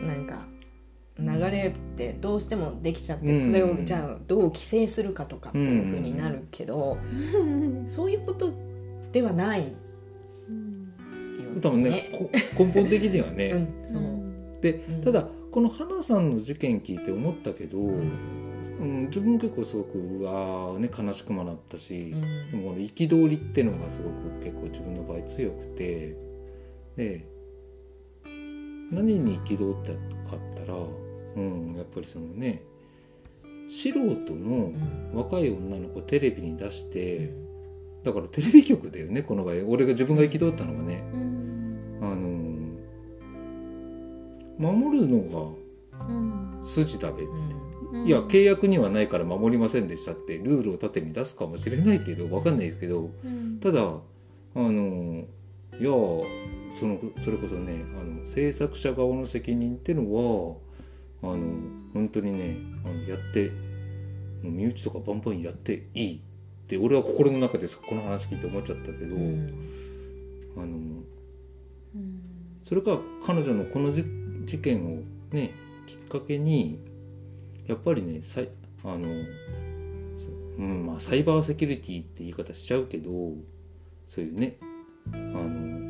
なんか流れってどうしてもできちゃって、うん、それをじゃあどう規制するかとかっていう風になるけど、うん、そういうことではない多分ね根本的にはね、うん、 そうで、うん、ただこの花さんの事件聞いて思ったけど、うんうん、自分も結構すごくあ、ね、悲しくもなったし、うん、でもこの憤りっていうのがすごく結構自分の場合強くてで何に憤ったかったら、うん、やっぱりそのね素人の若い女の子をテレビに出して、うん、だからテレビ局だよねこの場合俺が自分が憤ったのがね、うんあの守るのが筋だべって、うん、いや契約にはないから守りませんでしたってルールを盾に出すかもしれないけど分かんないですけど、うん、ただあのいやそのそれこそねあの制作者側の責任っていうのはあの本当にねあのやって身内とかバンバンやっていいって俺は心の中でこの話聞いて思っちゃったけど、うん、あのうん、それか彼女のこの事件をねきっかけにやっぱりねさあの、うんまあ、サイバーセキュリティって言い方しちゃうけどそういうねあの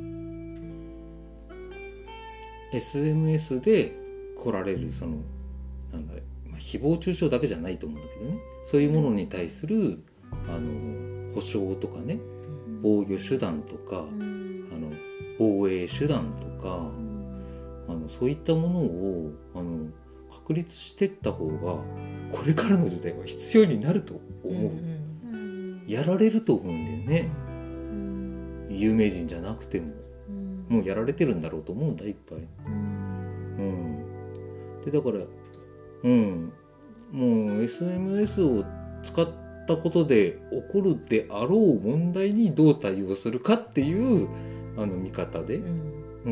エスエヌエス で来られるそのなんだ、まあ、誹謗中傷だけじゃないと思うんだけどねそういうものに対するあの保証とかね防御手段とか、うん防衛手段とか、うん、あのそういったものをあの確立していった方がこれからの時代は必要になると思う、うん、やられると思うんだよね、うん、有名人じゃなくても、うん、もうやられてるんだろうと思うんだいっぱい、うんうん、でだからうんもう エスエヌエス を使ったことで起こるであろう問題にどう対応するかっていうあの見方で、うんうん、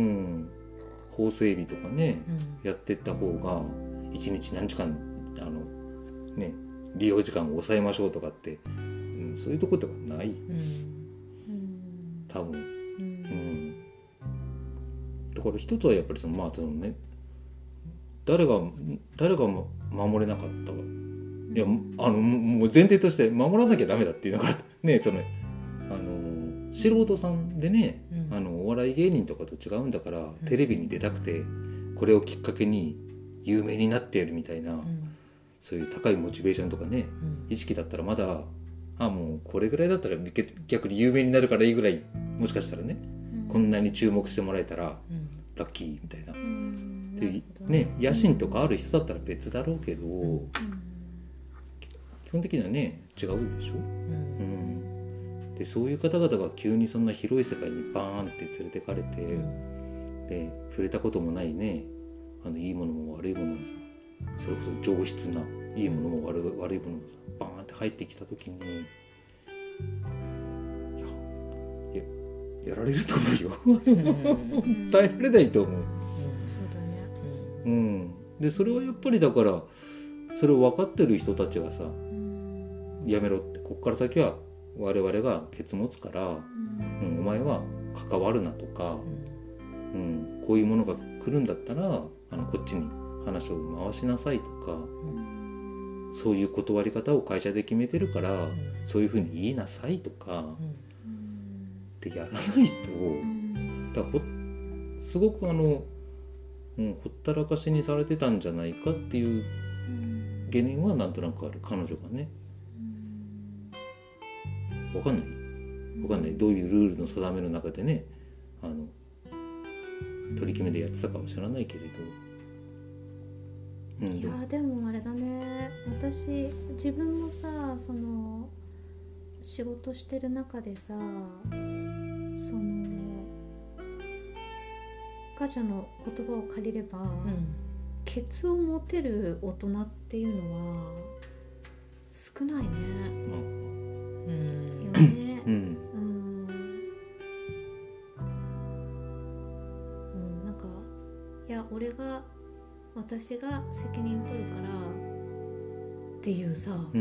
法整備とかね、うん、やってった方がいちにち何時間あの、ね、利用時間を抑えましょうとかって、うん、そういうところではない、うん、多分、うんうん、だから一つはやっぱりそのまあそのね誰が誰が守れなかったかいやあのもう前提として守らなきゃダメだっていうのがねそのあの素人さんでね、うん、あのお笑い芸人とかと違うんだから、うん、テレビに出たくてこれをきっかけに有名になってやるみたいな、うん、そういう高いモチベーションとかね、うん、意識だったらまだあもうこれぐらいだったら逆に有名になるからいいぐらいもしかしたらね、うん、こんなに注目してもらえたら、うん、ラッキーみたいな、うん、でね野心とかある人だったら別だろうけど、うん、基本的にはね違うでしょ、うんうん、でそういう方々が急にそんな広い世界にバーンって連れてかれて、うん、で触れたこともないねあのいいものも悪いものもさそれこそ上質ないいものも悪い、悪いものもさバーンって入ってきた時にいや や, やられると思うよ耐えられないと思う、うん、そうだね、うん、でそれはやっぱりだからそれを分かってる人たちがさ、うん、やめろってこっから先は我々がケツ持つから、うんうん、お前は関わるなとか、うんうん、こういうものが来るんだったらあのこっちに話を回しなさいとか、うん、そういう断り方を会社で決めてるから、うん、そういうふうに言いなさいとか、うん、ってやらないと、うん、だからすごくあの、うん、ほったらかしにされてたんじゃないかっていう懸念はなんとなくある彼女がね分かんない分かんないどういうルールの定めの中でねあの取り決めでやってたかは知らないけれど、 うん、いやでもあれだね私自分もさその仕事してる中でさそのガジャの言葉を借りれば、うん、ケツを持てる大人っていうのは少ないね、うん、よね、うんいや俺が私が責任取るからっていうさ、うん、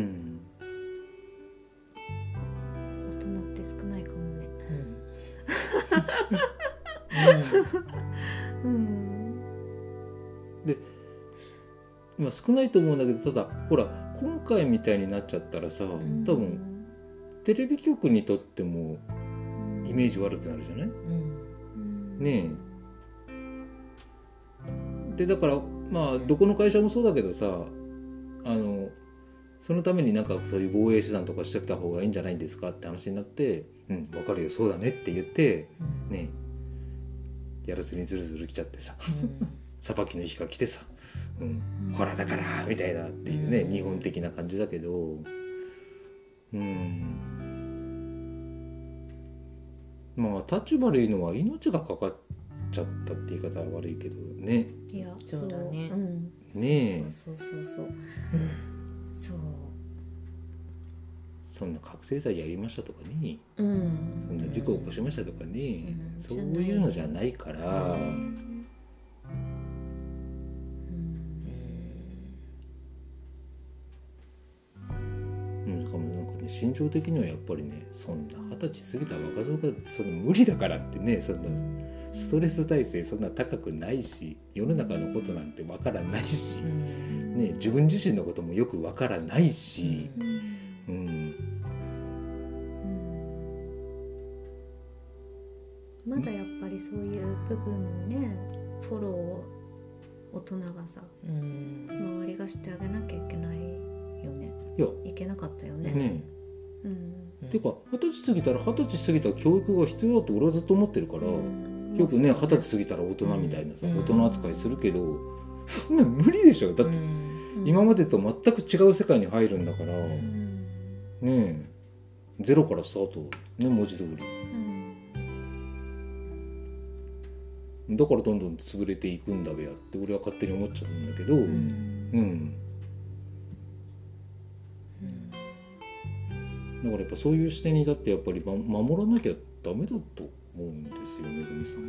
大人って少ないかもね、 うんうん、で今少ないと思うんだけどただほら今回みたいになっちゃったらさ、うん、多分テレビ局にとってもイメージ悪くなるじゃない、うん、ねえでだからまあどこの会社もそうだけどさあのそのためになんかそういう防衛手段とかしてきた方がいいんじゃないんですかって話になってうん分かるよそうだねって言って、うん、ねやらずにずるずる来ちゃってささば、うん、きの日が来てさ、うん、うん、ほらだからみたいなっていうね、うん、日本的な感じだけどうんまあ立ち悪いのは命がかかってちゃったって言い方は悪いけどね。 いやそうだね。 うん、 ねえ。 そうそうそうそう。うん、そう。 そんな覚醒剤やりましたとかね、うん、そんな事故起こしましたとかね、うん、そういうのじゃないから。うん、うん、しかもなんかね心情的にはやっぱりねそんな二十歳過ぎた若造がそれ無理だからってねそんな。ストレス耐性そんな高くないし世の中のことなんてわからないし、うんね、自分自身のこともよくわからないし、うんうんうん、まだやっぱりそういう部分ねフォローを大人がさ、うん、周りがしてあげなきゃいけないよね。いやいけなかったよね。ねうん、ていうか二十歳過ぎたら二十歳過ぎた教育が必要だと俺はずっと思ってるから、うんよくね二十歳過ぎたら大人みたいなさ、うん、大人扱いするけどそんな無理でしょだって、うん、 うん、今までと全く違う世界に入るんだから、うん、ねえゼロからスタートね文字通り、うん、だからどんどん潰れていくんだべやって俺は勝手に思っちゃうんだけど、うんうんだからやっぱそういう視点に立ってやっぱり守らなきゃダメだと思うんですよめぐみさん、うん、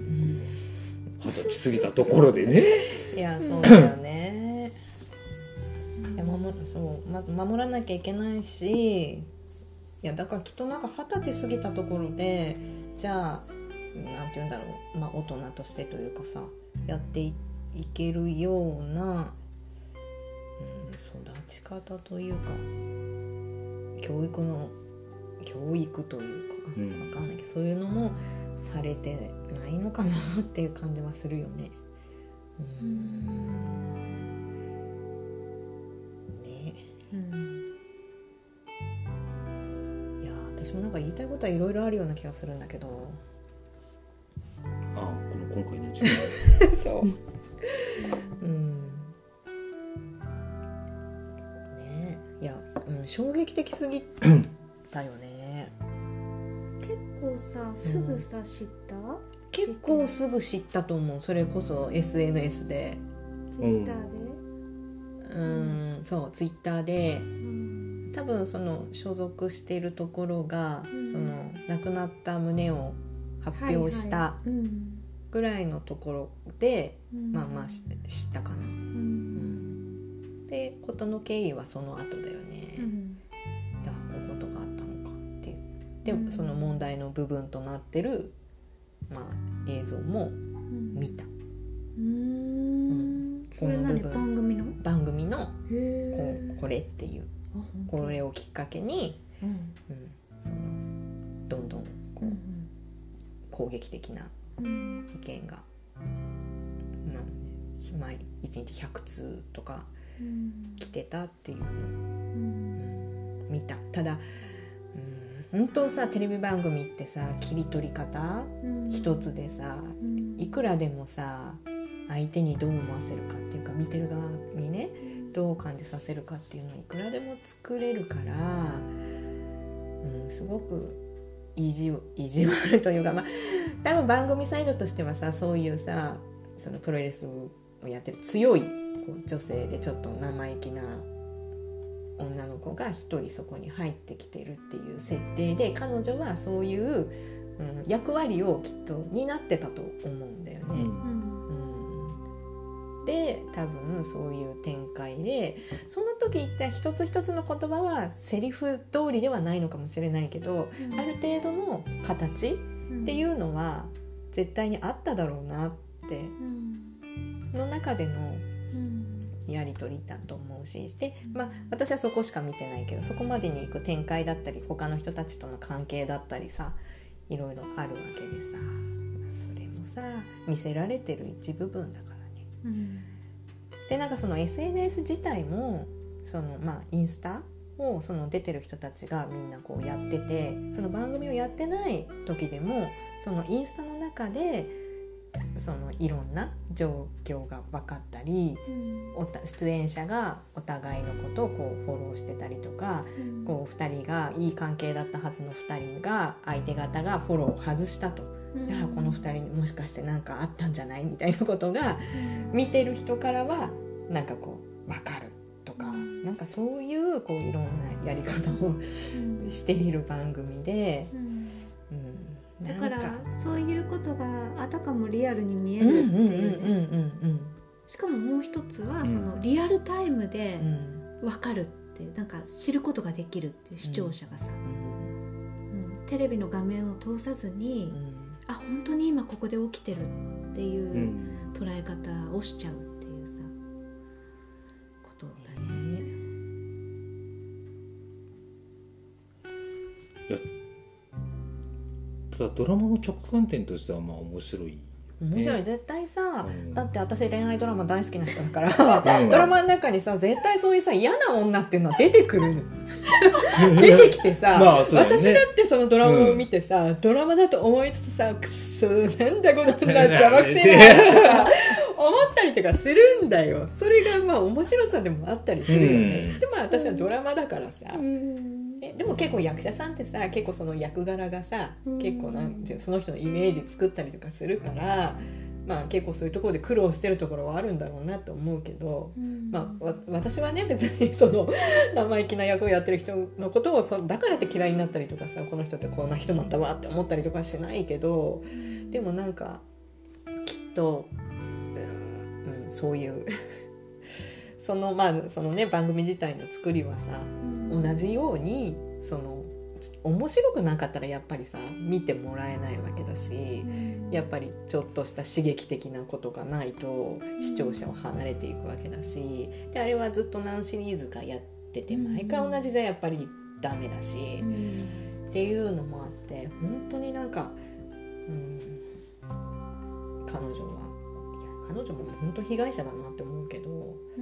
二十歳過ぎたところでねいやそうだよねいや 守, そう、ま、守らなきゃいけないしいやだからきっとなんか二十歳過ぎたところでじゃあなんて言うんだろう、まあ、大人としてというかさやって い, いけるような、うん、育ち方というか教育の教育というか、うん、わかんないけどそういうのもされてないのかなっていう感じはするよね。うーんね、うん、いや私もなんか言いたいことはいろいろあるような気がするんだけどあこの今回の一番そううんねいや、うん、衝撃的すぎたよね結構さすぐさ、うん、知った？ 結構すぐ知ったと思う。それこそ エスエヌエス でツイッターでうん、うん、そうツイッターで、うん、多分その所属しているところが、うん、その亡くなった旨を発表したぐらいのところで、はいはい、まあまあ知ったかな、うんうん、で事の経緯はその後だよね、うんでその問題の部分となってる、まあ、映像も見た、 うんうん、それ何番組の番組のこ, これっていうこれをきっかけに、うんうん、そのどんどんこう、うんうん、攻撃的な意見が、うんまあ、いちにちひゃくつうとか来てたっていうのを、うん、見た。ただ本当さテレビ番組ってさ切り取り方、うん、一つでさ、うん、いくらでもさ相手にどう思わせるかっていうか見てる側にねどう感じさせるかっていうのをいくらでも作れるから、うん、すごく意地、意地悪というか、まあ、多分番組サイドとしてはさそういうさそのプロレスをやってる強いこう女性でちょっと生意気な女の子が一人そこに入ってきてるっていう設定で彼女はそういう、うん、役割をきっと担ってたと思うんだよね、うんうん、で多分そういう展開でその時言った一つ一つの言葉はセリフ通りではないのかもしれないけど、うん、ある程度の形っていうのは絶対にあっただろうなって、うん、の中でのやり取りだと思うしで、まあ、私はそこしか見てないけどそこまでに行く展開だったり他の人たちとの関係だったりさいろいろあるわけでさ、それもさ見せられてる一部分だからね、うん、でなんかその エスエヌエス 自体もその、まあ、インスタをその出てる人たちがみんなこうやっててその番組をやってない時でもそのインスタの中でそのいろんな状況が分かったり、うん、おた出演者がお互いのことをこうフォローしてたりとか、うん、こうふたりがいい関係だったはずのふたりが相手方がフォローを外したと、うん、いやこのふたりにもしかして何かあったんじゃないみたいなことが、うん、見てる人からはなんかこう分かるとか、うん、なんかそういう、こういろんなやり方を、うん、している番組で、うんだからそういうことがあたかもリアルに見えるっていうね。しかももう一つはそのリアルタイムで分かるっていう、なんか知ることができるっていう視聴者がさ、うんうん、テレビの画面を通さずに、うん、あ本当に今ここで起きてるっていう捉え方をしちゃうっていうさことだね。 いやドラマの直感点としてはまあ面白い、ね、 面白い絶対さ、うん、だって私恋愛ドラマ大好きな人だからドラマの中にさ絶対そういうさ嫌な女っていうのは出てくる出てきてさ、まあね、私だってそのドラマを見てさ、うん、ドラマだと思いつつさくっそなんだこの女邪魔くせえなとかったりとかするんだよ。それがまあ面白さでもあったりするよね、うん、でも私はドラマだからさ、うん、えでも結構役者さんってさ結構その役柄がさ、うん、結構なんてその人のイメージ作ったりとかするから、まあ、結構そういうところで苦労してるところはあるんだろうなと思うけど、うん、まあ、私はね別にその生意気な役をやってる人のことをそだからって嫌いになったりとかさこの人ってこんな人なんだわって思ったりとかしないけど、うん、でもなんかきっと、うんうん、そういうそのまあそのね番組自体の作りはさ、うん、同じようにその面白くなかったらやっぱりさ見てもらえないわけだし、うん、やっぱりちょっとした刺激的なことがないと視聴者は離れていくわけだし、であれはずっと何シリーズかやってて毎回同じじゃやっぱりダメだし、うん、っていうのもあって本当になんか、うん、彼女はいや彼女も本当被害者だなって思うけど、うんうん、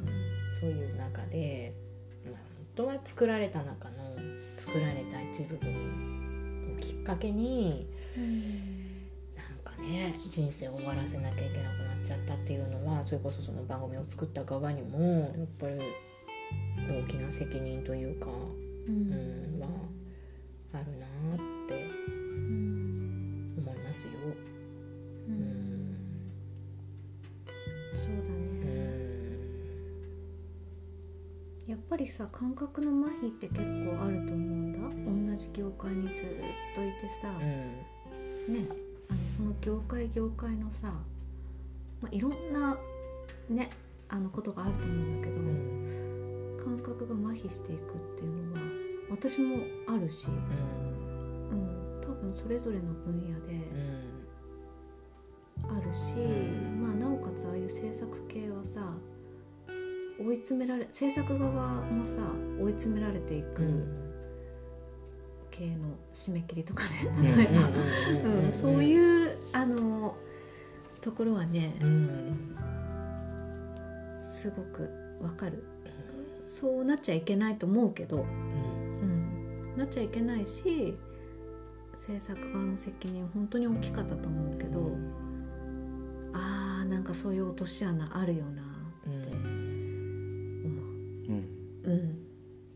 そういう中で本当は作られた中の作られた一部分をきっかけに、うん、なんかね人生を終わらせなきゃいけなくなっちゃったっていうのはそれこそその番組を作った側にもやっぱり大きな責任というか、うんうん、はあるなって思いますよ、うんうん、 そうだね、やっぱりさ感覚の麻痺って結構あると思うんだ。同じ業界にずっといてさ、うん、ねあのその業界業界のさ、まあ、いろんなねあのことがあると思うんだけど、うん、感覚が麻痺していくっていうのは私もあるし、うんうん、多分それぞれの分野であるし、うんまあ、なおかつああいう制作系はさ追い詰められ制作側もさ追い詰められていく系の締め切りとかね例えばそういうあのところはね、うん、すごくわかる。そうなっちゃいけないと思うけど、うんうん、なっちゃいけないし制作側の責任本当に大きかったと思うけど、うん、あーなんかそういう落とし穴あるよなって、うんうんうん、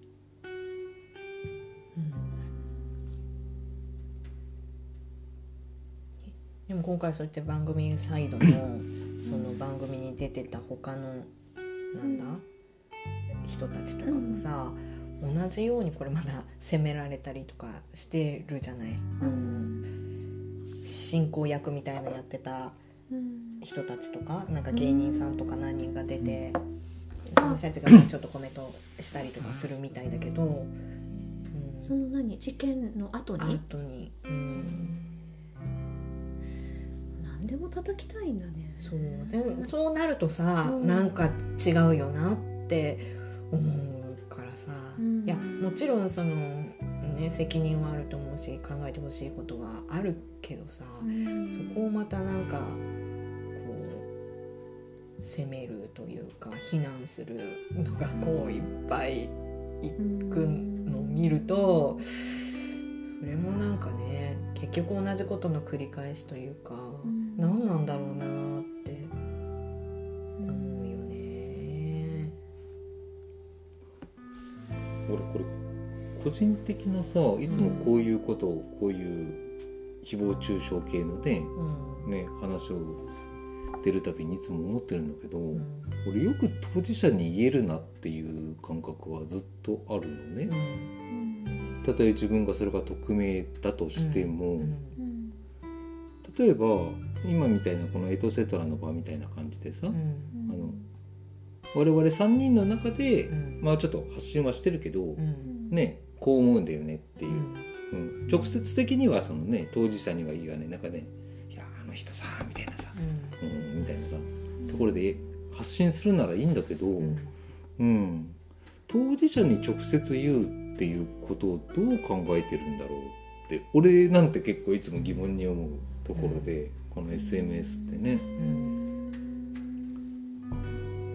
でも今回そうやって番組サイドのその番組に出てた他のなんだ、うん、人たちとかもさ、うん、同じようにこれまだ責められたりとかしてるじゃない、うん、あの進行役みたいなやってた人たちとかなんか芸人さんとか何人が出て、うん、その人たちがちょっとコメントしたりとかするみたいだけど、うん、 その何事件の後に後に、うん、 何でも叩きたいんだね。 そうでそうなるとさ、うん、なんか違うよなって思うからさ、うん、いやもちろんその、ね、責任はあると思うし考えてほしいことはあるけどさ、うん、そこをまたなんか責めるというか非難するのがこういっぱいいくのを見るとそれもなんかね結局同じことの繰り返しというか、うん、何なんだろうなって思うよね。 俺これ個人的なさいつもこういうことを、うん、こういう誹謗中傷系のね、うん、ね話を出るたびにいつも思ってるんだけど、うん、俺よく当事者に言えるなっていう感覚はずっとあるのね、うん、たとえ自分がそれが匿名だとしても、うん、例えば今みたいなこのエトセトラの場みたいな感じでさ、うん、あの我々さんにんの中で、うん、まあちょっと発信はしてるけど、うん、ねこう思うんだよねっていう、うんうん、直接的にはそのね当事者には言わないなんかねいやあの人さみたいなさ、うんうん、みたいなさところで発信するならいいんだけど、うんうん、当事者に直接言うっていうことをどう考えてるんだろうって俺なんて結構いつも疑問に思うところで、うん、この エスエヌエス ってね、うん、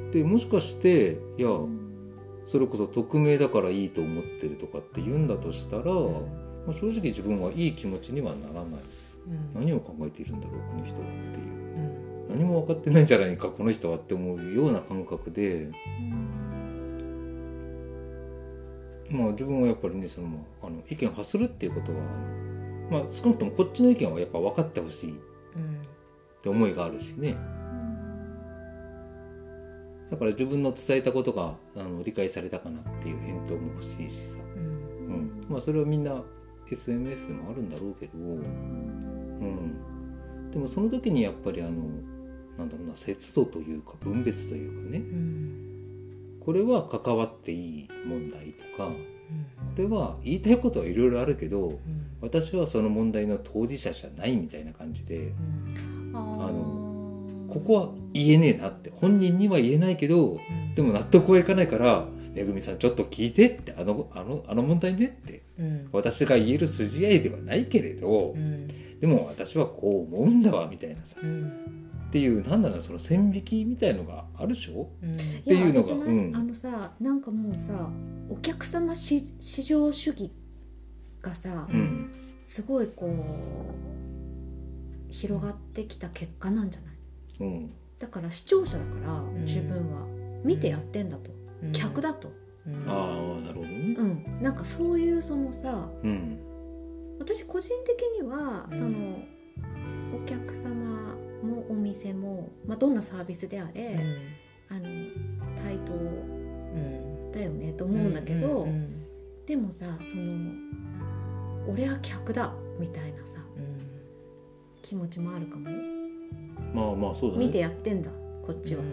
でもしかしていやそれこそ匿名だからいいと思ってるとかって言うんだとしたら、うんまあ、正直自分はいい気持ちにはならない、うん、何を考えているんだろうこの人はっていう、うん、 何も分かってないんじゃないかこの人はって思うような感覚で、うん、まあ自分はやっぱりねそのあの意見を発するっていうことは、まあ、少なくともこっちの意見はやっぱ分かってほしいって思いがあるしね、だから自分の伝えたことがあの理解されたかなっていう返答も欲しいしさ、うんうん、まあそれはみんな エスエヌエス でもあるんだろうけど、うん、でもその時にやっぱりあのなんだろうな節度というか分別というかね、うん、これは関わっていい問題とか、うん、これは言いたいことはいろいろあるけど、うん、私はその問題の当事者じゃないみたいな感じで、うん、あのここは言えねえなって本人には言えないけど、うん、でも納得はいかないからめぐみさんちょっと聞いてってあの、あの、あの問題ねって、うん、私が言える筋合いではないけれど、うん、でも私はこう思うんだわみたいなさ、うん、っていうなんだろうその線引きみたいのがあるでしょ、うん、っていうのが、 うん、あのさなんかもうさお客様市場主義がさ、うん、すごいこう広がってきた結果なんじゃない、うん、だから視聴者だから自分は見てやってんだと、うん、客だと、 うん、ああなるほどね、 うん、なんかそういうそのさ、うん、私個人的にはそのお客様もお店も、まあ、どんなサービスであれ、うん、あの対等だよねと思うんだけど、うんうんうん、でもさその俺は客だみたいなさ、うん、気持ちもあるかもよ。 まあまあそうだね。 見てやってんだこっちは、うん、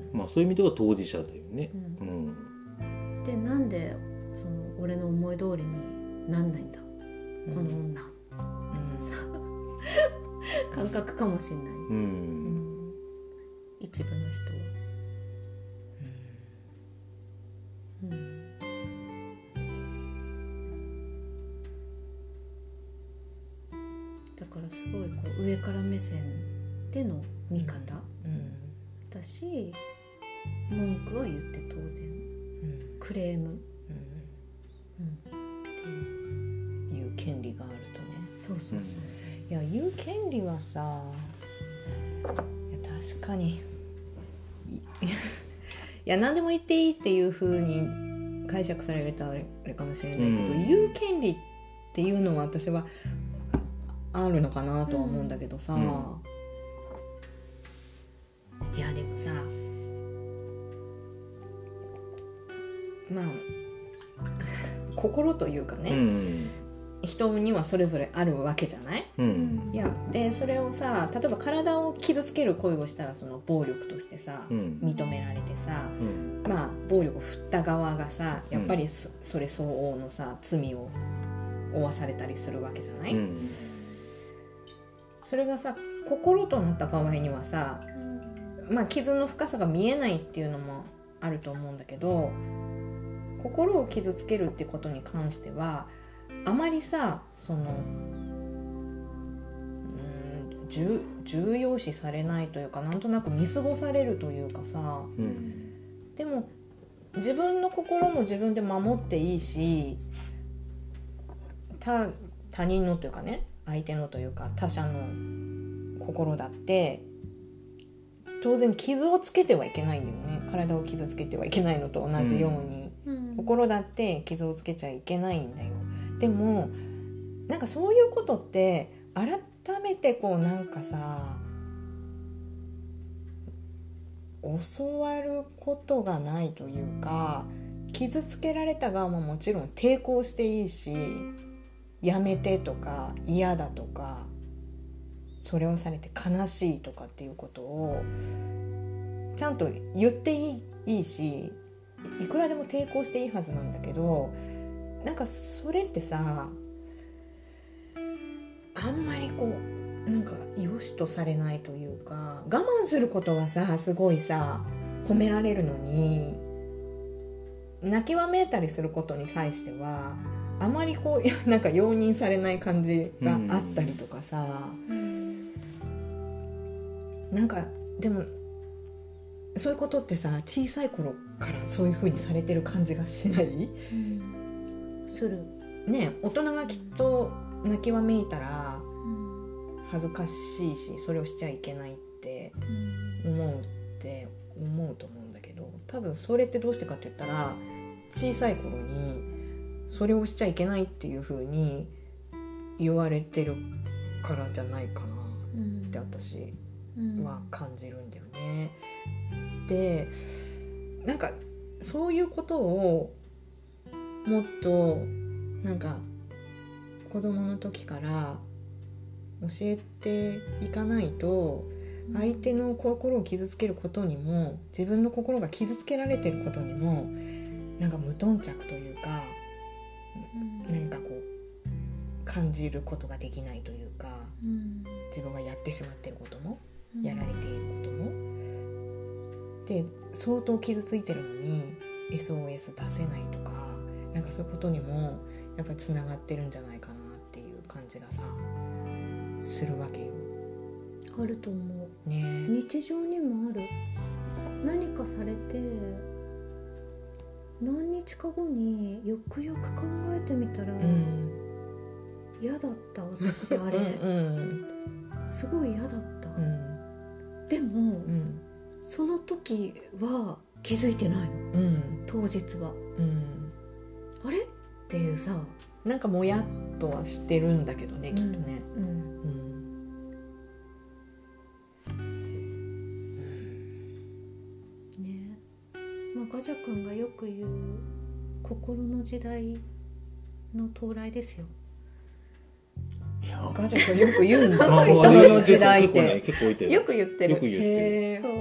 まあそういう意味では当事者だよね、 うんうん、でなんでその俺の思い通りになんないんだ、うん、この女、うん、さ感覚かもしれない、うんうん、一部の人は、うんうん、だからすごいこう上から目線での見方、うんうん、だし文句は言って当然、うん、クレーム、 うんうん、っていう権利があるとね。 そうそうそうそう、 いや言う権利はさいや確かに い, いや何でも言っていいっていう風に解釈されるとあれかもしれないけど、うん、言う権利っていうのは私はあるのかなとは思うんだけどさ、うんうん、いやでもさまあ心というかね、うん、人にはそれぞれあるわけじゃない、うん、いやでそれをさ例えば体を傷つける行為をしたらその暴力としてさ、うん、認められてさ、うん、まあ暴力を振った側がさやっぱり そ,、うん、それ相応のさ罪を負わされたりするわけじゃない、うん、それがさ心となった場合にはさ、うん、まあ傷の深さが見えないっていうのもあると思うんだけど心を傷つけるってことに関してはあまりさそのうん重要視されないというかなんとなく見過ごされるというかさ、うん、でも自分の心も自分で守っていいし 他, 他人のというかね相手のというか他者の心だって当然傷をつけてはいけないんだよね。体を傷つけてはいけないのと同じように、うん、心だって傷をつけちゃいけないんだよ。でもなんかそういうことって改めてこうなんかさ教わることがないというか傷つけられた側ももちろん抵抗していいしやめてとか嫌だとかそれをされて悲しいとかっていうことをちゃんと言っていい、いいしいくらでも抵抗していいはずなんだけどなんかそれってさあんまりこうなんか良しとされないというか我慢することはさすごいさ褒められるのに泣きわめいたりすることに対してはあまりこうなんか容認されない感じがあったりとかさ、うん、なんかでもそういうことってさ小さい頃からそういう風にされてる感じがしない？うん、するね。大人がきっと泣きわめいたら恥ずかしいしそれをしちゃいけないって思うって思うと思うんだけど、多分それってどうしてかって言ったら小さい頃にそれをしちゃいけないっていう風に言われてるからじゃないかなって私は感じるんだよね、うん、でなんかそういうことをもっとなんか子供の時から教えていかないと相手の心を傷つけることにも自分の心が傷つけられてることにもなんか無頓着というか、うん、何かこう感じることができないというか、うん、自分がやってしまっていることも、うん、やられていることもで相当傷ついてるのに エスオーエス 出せないとかなんかそういうことにもやっぱりつながってるんじゃないかなっていう感じがさするわけよ。 あると思う、 ね、 日常にもある。何かされて何日か後によくよく考えてみたら、うん、嫌だった私あれうん、すごい嫌だった、うん、でも、うん、その時は気づいてないの、うん、当日は、うん、あれっていうさなんかもやっとはしてるんだけどね、きっとね、うんうんガジャ君がよく言う心の時代の到来ですよ。 いやガジャ君よく言うんだ心の時代って結構言ってるよく言ってるよく言ってるそう、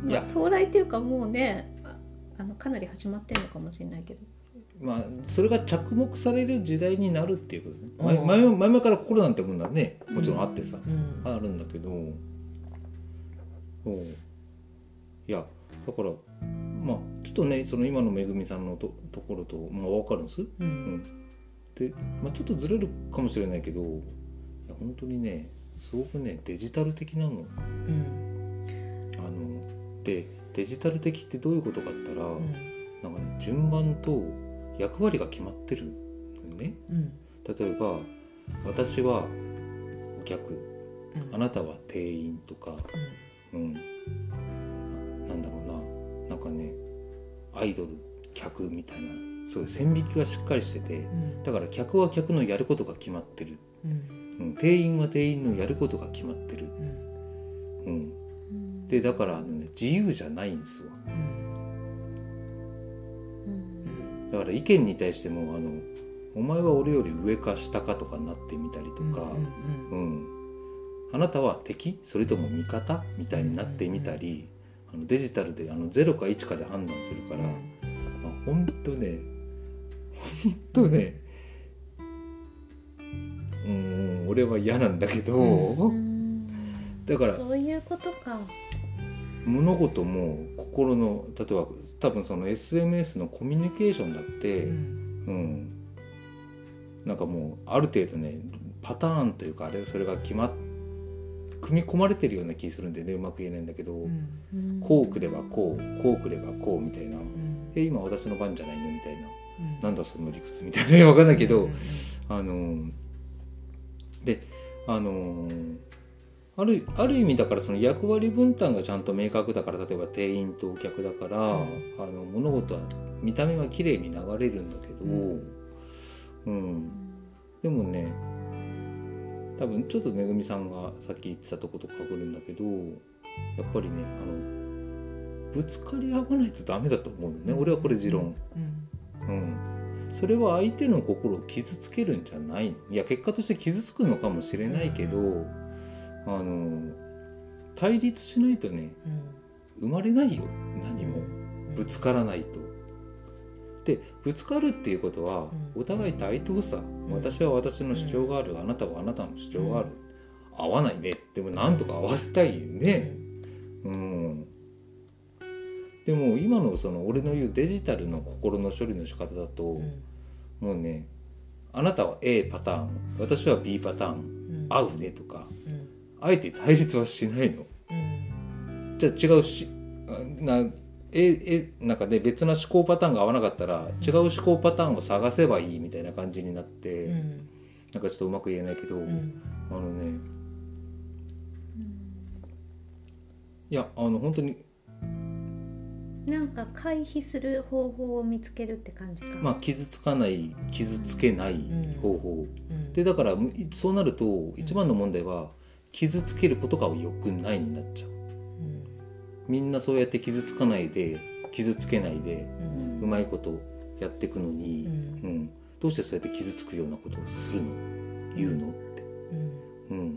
まあ、到来っていうかもうねあのかなり始まってるのかもしれないけどまあそれが着目される時代になるっていうことですね、うん、前, 前々から心なんてもんはねもちろんあってさ、うんうん、あるんだけどそういやだからまあちょっとねその今のめぐみさんの と, ところと、まあ、分かるんです、うんうん、で、まあ、ちょっとずれるかもしれないけどいや本当にねすごくねデジタル的なの、うん、あのでデジタル的ってどういうことかって言ったら、うん、なんかね順番と役割が決まってるのね、うん、例えば私はお客、うん、あなたは店員とか、うんうんなんだろうな、なんかねアイドル客みたいなそういう線引きがしっかりしてて、うん、だから客は客のやることが決まってる、うんうん、店員は店員のやることが決まってる、うんうん、でだからあの、ね、自由じゃないんですわ、うん、だから意見に対してもあのお前は俺より上か下かとかなってみたりとか、うんうんうんうん、あなたは敵それとも味方みたいになってみたり、あのデジタルであのゼロかいちかで判断するから、うんまあ、ほんとねほんとねうん俺は嫌なんだけど、うん、だからそういうことか物事も心の例えば多分その エスエヌエス のコミュニケーションだって、うんうん、なんかもうある程度ねパターンというかあれそれが決まって組み込まれてるような気するんでねうまく言えないんだけど、うん、こうくればこうこうくればこうみたいな、うん、え今私の番じゃないのみたいな、うん、なんだその理屈みたいな分かんないけど、うん、あのであのあるある意味だからその役割分担がちゃんと明確だから例えば店員とお客だから、うん、あの物事は見た目は綺麗に流れるんだけど、うんうん、でもね多分ちょっとめぐみさんがさっき言ってたとことかぶるんだけどやっぱりねあのぶつかり合わないとダメだと思うのね、うん、俺はこれ持論、うんうん、それは相手の心を傷つけるんじゃないいや結果として傷つくのかもしれないけど、うん、あの対立しないとね、うん、生まれないよ何もぶつからないとでぶつかるっていうことは、うん、お互い対等さ、うん、私は私の主張がある、うん、あなたはあなたの主張がある、うん、合わないねでもなんとか合わせたいよね、うんうん、でも今のその俺の言うデジタルの心の処理の仕方だと、うん、もうねあなたは A パターン私は B パターン、うん、合うねとか、うん、あえて対立はしないの、うん、じゃあ違うしなええなんかね別な思考パターンが合わなかったら違う思考パターンを探せばいいみたいな感じになって、うん、なんかちょっとうまく言えないけど、うん、あのね、 いやあの本当になんか回避する方法を見つけるって感じか。 まあ傷つかない傷つけない方法、うん、でだからそうなると一番の問題は傷つけることが良くないになっちゃう、うん、みんなそうやって傷つかないで傷つけないで、うん、うまいことやっていくのに、うんうん、どうしてそうやって傷つくようなことをするの言うのって、うんうん、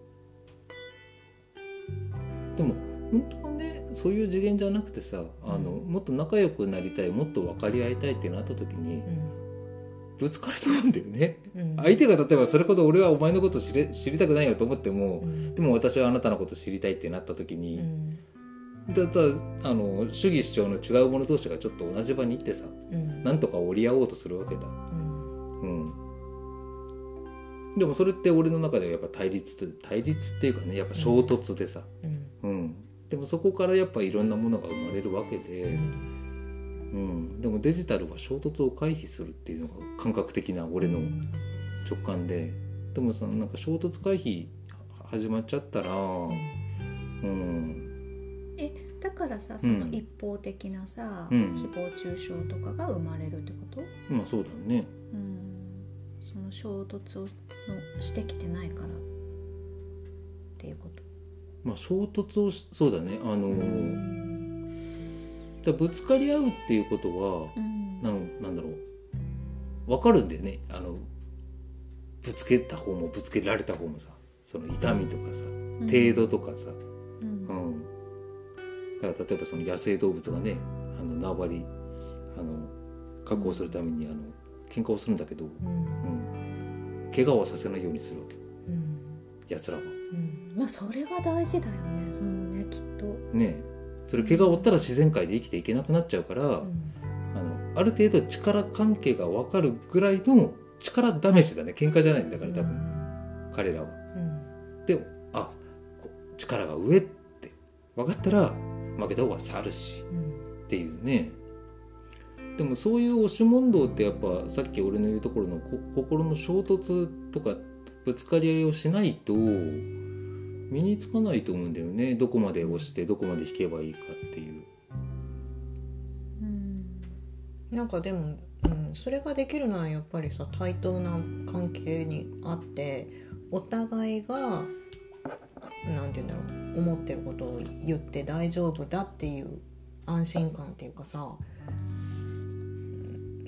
でも本当はねそういう次元じゃなくてさあの、うん、もっと仲良くなりたいもっと分かり合いたいってなった時に、うん、ぶつかると思うんだよね、うん、相手が例えばそれほど俺はお前のこと知れ知りたくないよと思っても、うん、でも私はあなたのこと知りたいってなった時に、うん、だったらあの主義主張の違う者同士がちょっと同じ場に行ってさ、うん、なんとか折り合おうとするわけだ、うんうん、でもそれって俺の中ではやっぱ対立対立っていうかねやっぱ衝突でさ、うんうん、でもそこからやっぱいろんなものが生まれるわけで、うんうん、でもデジタルは衝突を回避するっていうのが感覚的な俺の直感で、でもさなんか衝突回避始まっちゃったら、うんうん、 えだからさその一方的なさ、うん、誹謗中傷とかが生まれるってこと？ まあそうだね、 うん、その衝突をのしてきてないからっていうこと？ まあ衝突をそうだねあのーうんだぶつかり合うっていうことは、うん、なん、なんだろう分かるんだよねあのぶつけた方もぶつけられた方もさその痛みとかさ、うん、程度とかさ、うんうん、だから例えばその野生動物がねあの縄張りあの確保するためにあの喧嘩をするんだけど、うんうん、怪我をさせないようにするわけ、うん、奴らは、 うんまあ、それが大事だよねそのねきっとねえそれ怪我を負ったら自然界で生きていけなくなっちゃうから、うん、あのある程度力関係が分かるぐらいの力ダメージだね喧嘩じゃないんだから多分、うん、彼らは、うん、であ力が上って分かったら負けた方が去るし、うん、っていうねでもそういう押し問答ってやっぱさっき俺の言うところの心の衝突とかぶつかり合いをしないと身につかないと思うんだよねどこまで押してどこまで引けばいいかっていう、 うん、なんかでも、うん、それができるのはやっぱりさ対等な関係にあってお互いがなんて言うんだろう思ってることを言って大丈夫だっていう安心感っていうかさ、うん、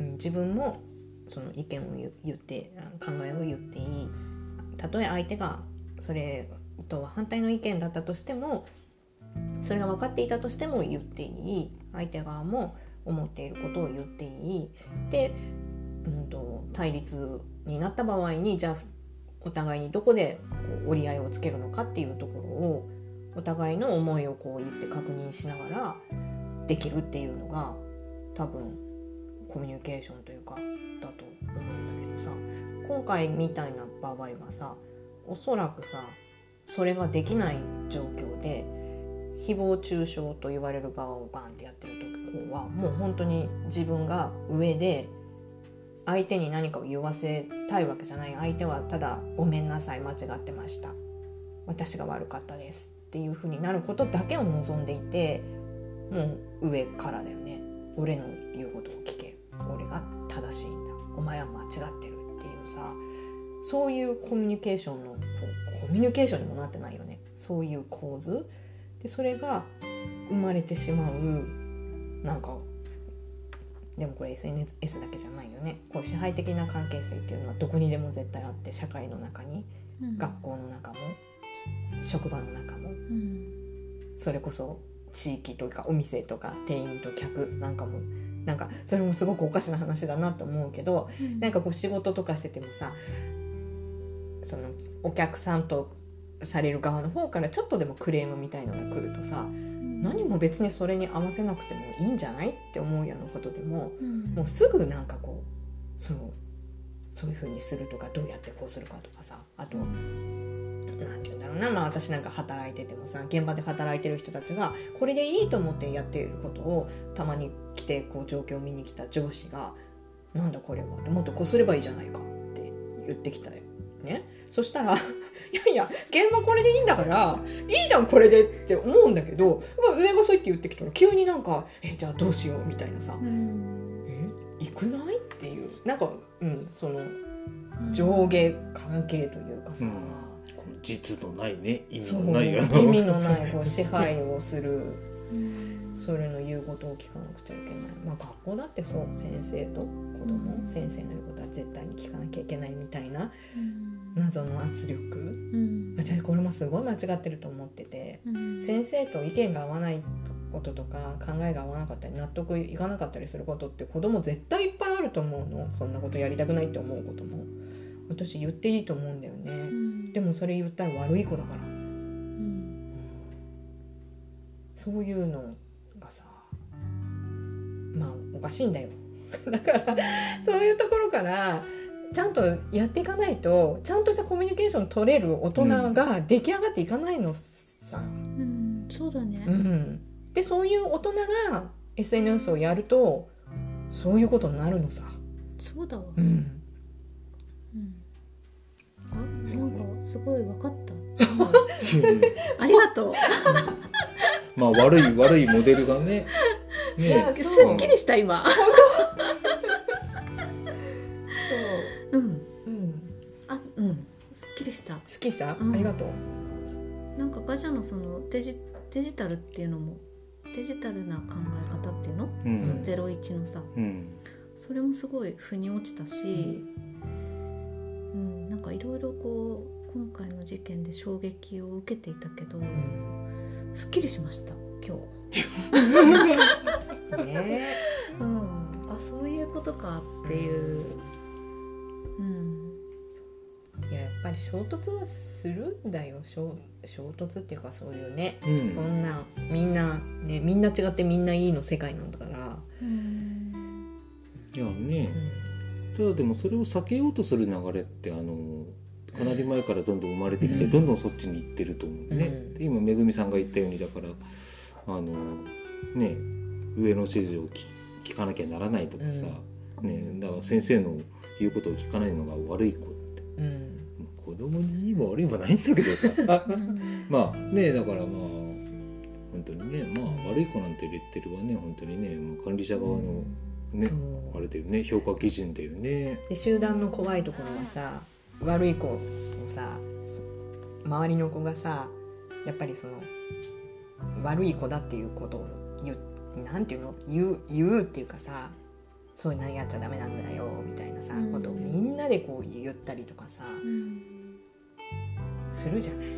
自分もその意見を言って考えを言っていいたとえ相手がそれとは反対の意見だったとしてもそれが分かっていたとしても言っていい相手側も思っていることを言っていいで、うんと、対立になった場合にじゃあお互いにどこでこう折り合いをつけるのかっていうところをお互いの思いをこう言って確認しながらできるっていうのが多分コミュニケーションというかだと思うんだけどさ今回みたいな場合はさおそらくさそれができない状況で誹謗中傷と言われる側をガンってやってる時はもう本当に自分が上で相手に何かを言わせたいわけじゃない相手はただごめんなさい間違ってました私が悪かったですっていう風になることだけを望んでいてもう上からだよね俺の言うことを聞け俺が正しいんだお前は間違ってるっていうさそういうコミュニケーションのこうコミュニケーションにもなってないよねそういう構図でそれが生まれてしまうなんかでもこれ エスエヌエス だけじゃないよねこう支配的な関係性っていうのはどこにでも絶対あって社会の中に、うん、学校の中も職場の中も、うん、それこそ地域とかお店とか店員と客なんかもなんかそれもすごくおかしな話だなと思うけど、うん、なんかこう仕事とかしててもさそのお客さんとされる側の方からちょっとでもクレームみたいのが来るとさ、うん、何も別にそれに合わせなくてもいいんじゃないって思うようなことでも、うん、もうすぐなんかこうそうそういう風にするとかどうやってこうするかとかさあとなんて言うんだろうな、まあ、私なんか働いててもさ現場で働いてる人たちがこれでいいと思ってやっていることをたまに来てこう状況を見に来た上司がなんだこれはもっとこうすればいいじゃないかって言ってきたよね。そしたらいやいや現場これでいいんだからいいじゃんこれでって思うんだけど、上がそう言って言ってきたら急になんかえじゃあどうしようみたいなさ、うん、えいくないっていうなんか、うん、その上下関係というかさ、うん、この実のないね意味のない意味のないこう支配をするそれの言うことを聞かなくちゃいけない。まあ学校だってそう先生と子供、うん、先生の言うことは絶対に聞かなきゃいけないみたいな謎の圧力、うん、私これもすごい間違ってると思ってて、うん、先生と意見が合わないこととか考えが合わなかったり納得いかなかったりすることって子供絶対いっぱいあると思うの。そんなことやりたくないって思うことも私言っていいと思うんだよね、うん、でもそれ言ったら悪い子だから、うんうん、そういうのがさまあおかしいんだよだからそういうところからちゃんとやっていかないとちゃんとしたコミュニケーション取れる大人が出来上がっていかないのさ、 うん、そうだね、 うん、でそういう大人が エスエヌエス をやるとそういうことになるのさ。 そうだわ、 うんうんあ、なんかすごい分かったありがとうまあ悪い悪いモデルがねねすっきりした今そううんうんあうんすっきりしたすっきりした、うん、ありがとう。 なんかガジャのそのデジ、デジタルっていうのもデジタルな考え方っていうの、うん、そのゼロイチのさ、うん、それもすごい腑に落ちたし、うん、なんかいろいろこう今回の事件で衝撃を受けていたけど、うん、すっきりしました今日ね、うん、あそういうことかっていう、うん、 いややっぱり衝突はするんだよ。衝衝突っていうかそういうね、うん、こんなみんなねみんな違ってみんないいの世界なんだから、うん、 いやね、うん、ただでもそれを避けようとする流れってあのかなり前からどんどん生まれてきて、うん、どんどんそっちに行ってると思うね、うん、今めぐみさんが言ったようにだからあのね上の指示を聞かなきゃならないとかさ、うんね、だから先生の言うことを聞かないのが悪い子って、うん、子供にいいも悪いもないんだけどさまあねだからまあ本当にねまあ悪い子なんてレッテルはね本当にねもう管理者側のね、あれだよね評価基準だよね。 で集団の怖いところはさ悪い子をさ周りの子がさやっぱりその悪い子だっていうことを言うなんていうの言う言うっていうかさそういうのやっちゃダメなんだよみたいなさ、うん、ことをみんなでこう言ったりとかさ、うん、するじゃない、うん、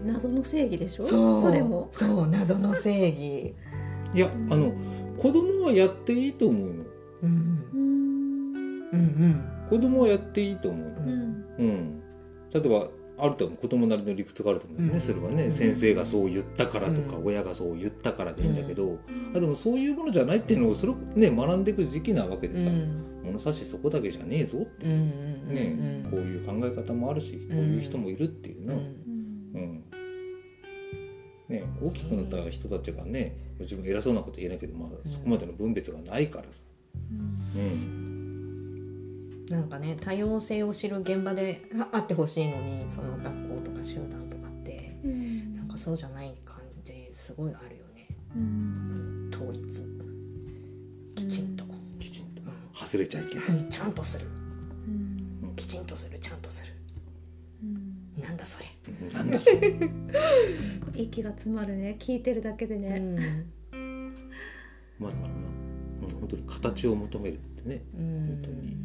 謎の正義でしょ。そうそれもそう謎の正義いやあの子供はやっていいと思うの、うん、うんうん子供はやっていいと思うの、うんうん、例えばあると子供なりの理屈があると思うんだよね、うん、それはね、うん、先生がそう言ったからとか、うん、親がそう言ったからでいいんだけど、うん、あでもそういうものじゃないっていうのをそれを、ね、学んでいく時期なわけでさ、うん、物差しそこだけじゃねえぞって、うんね、こういう考え方もあるし、こういう人もいるっていうの、うんうんね、大きくなった人たちがね自分偉そうなこと言えないけど、まあ、そこまでの分別がないからさ、うんうんなんかね多様性を知る現場であってほしいのにその学校とか集団とかって、うん、なんかそうじゃない感じすごいあるよね、うん、統一きちんと、 うん、きちんと、うん、外れちゃいけないちゃんとする、うん、きちんとするちゃんとする、うん、なんだそれ、 うん、なんだそれ息が詰まるね聞いてるだけでね、うん、 まあだからまあ本当に形を求めるってね、うん、本当に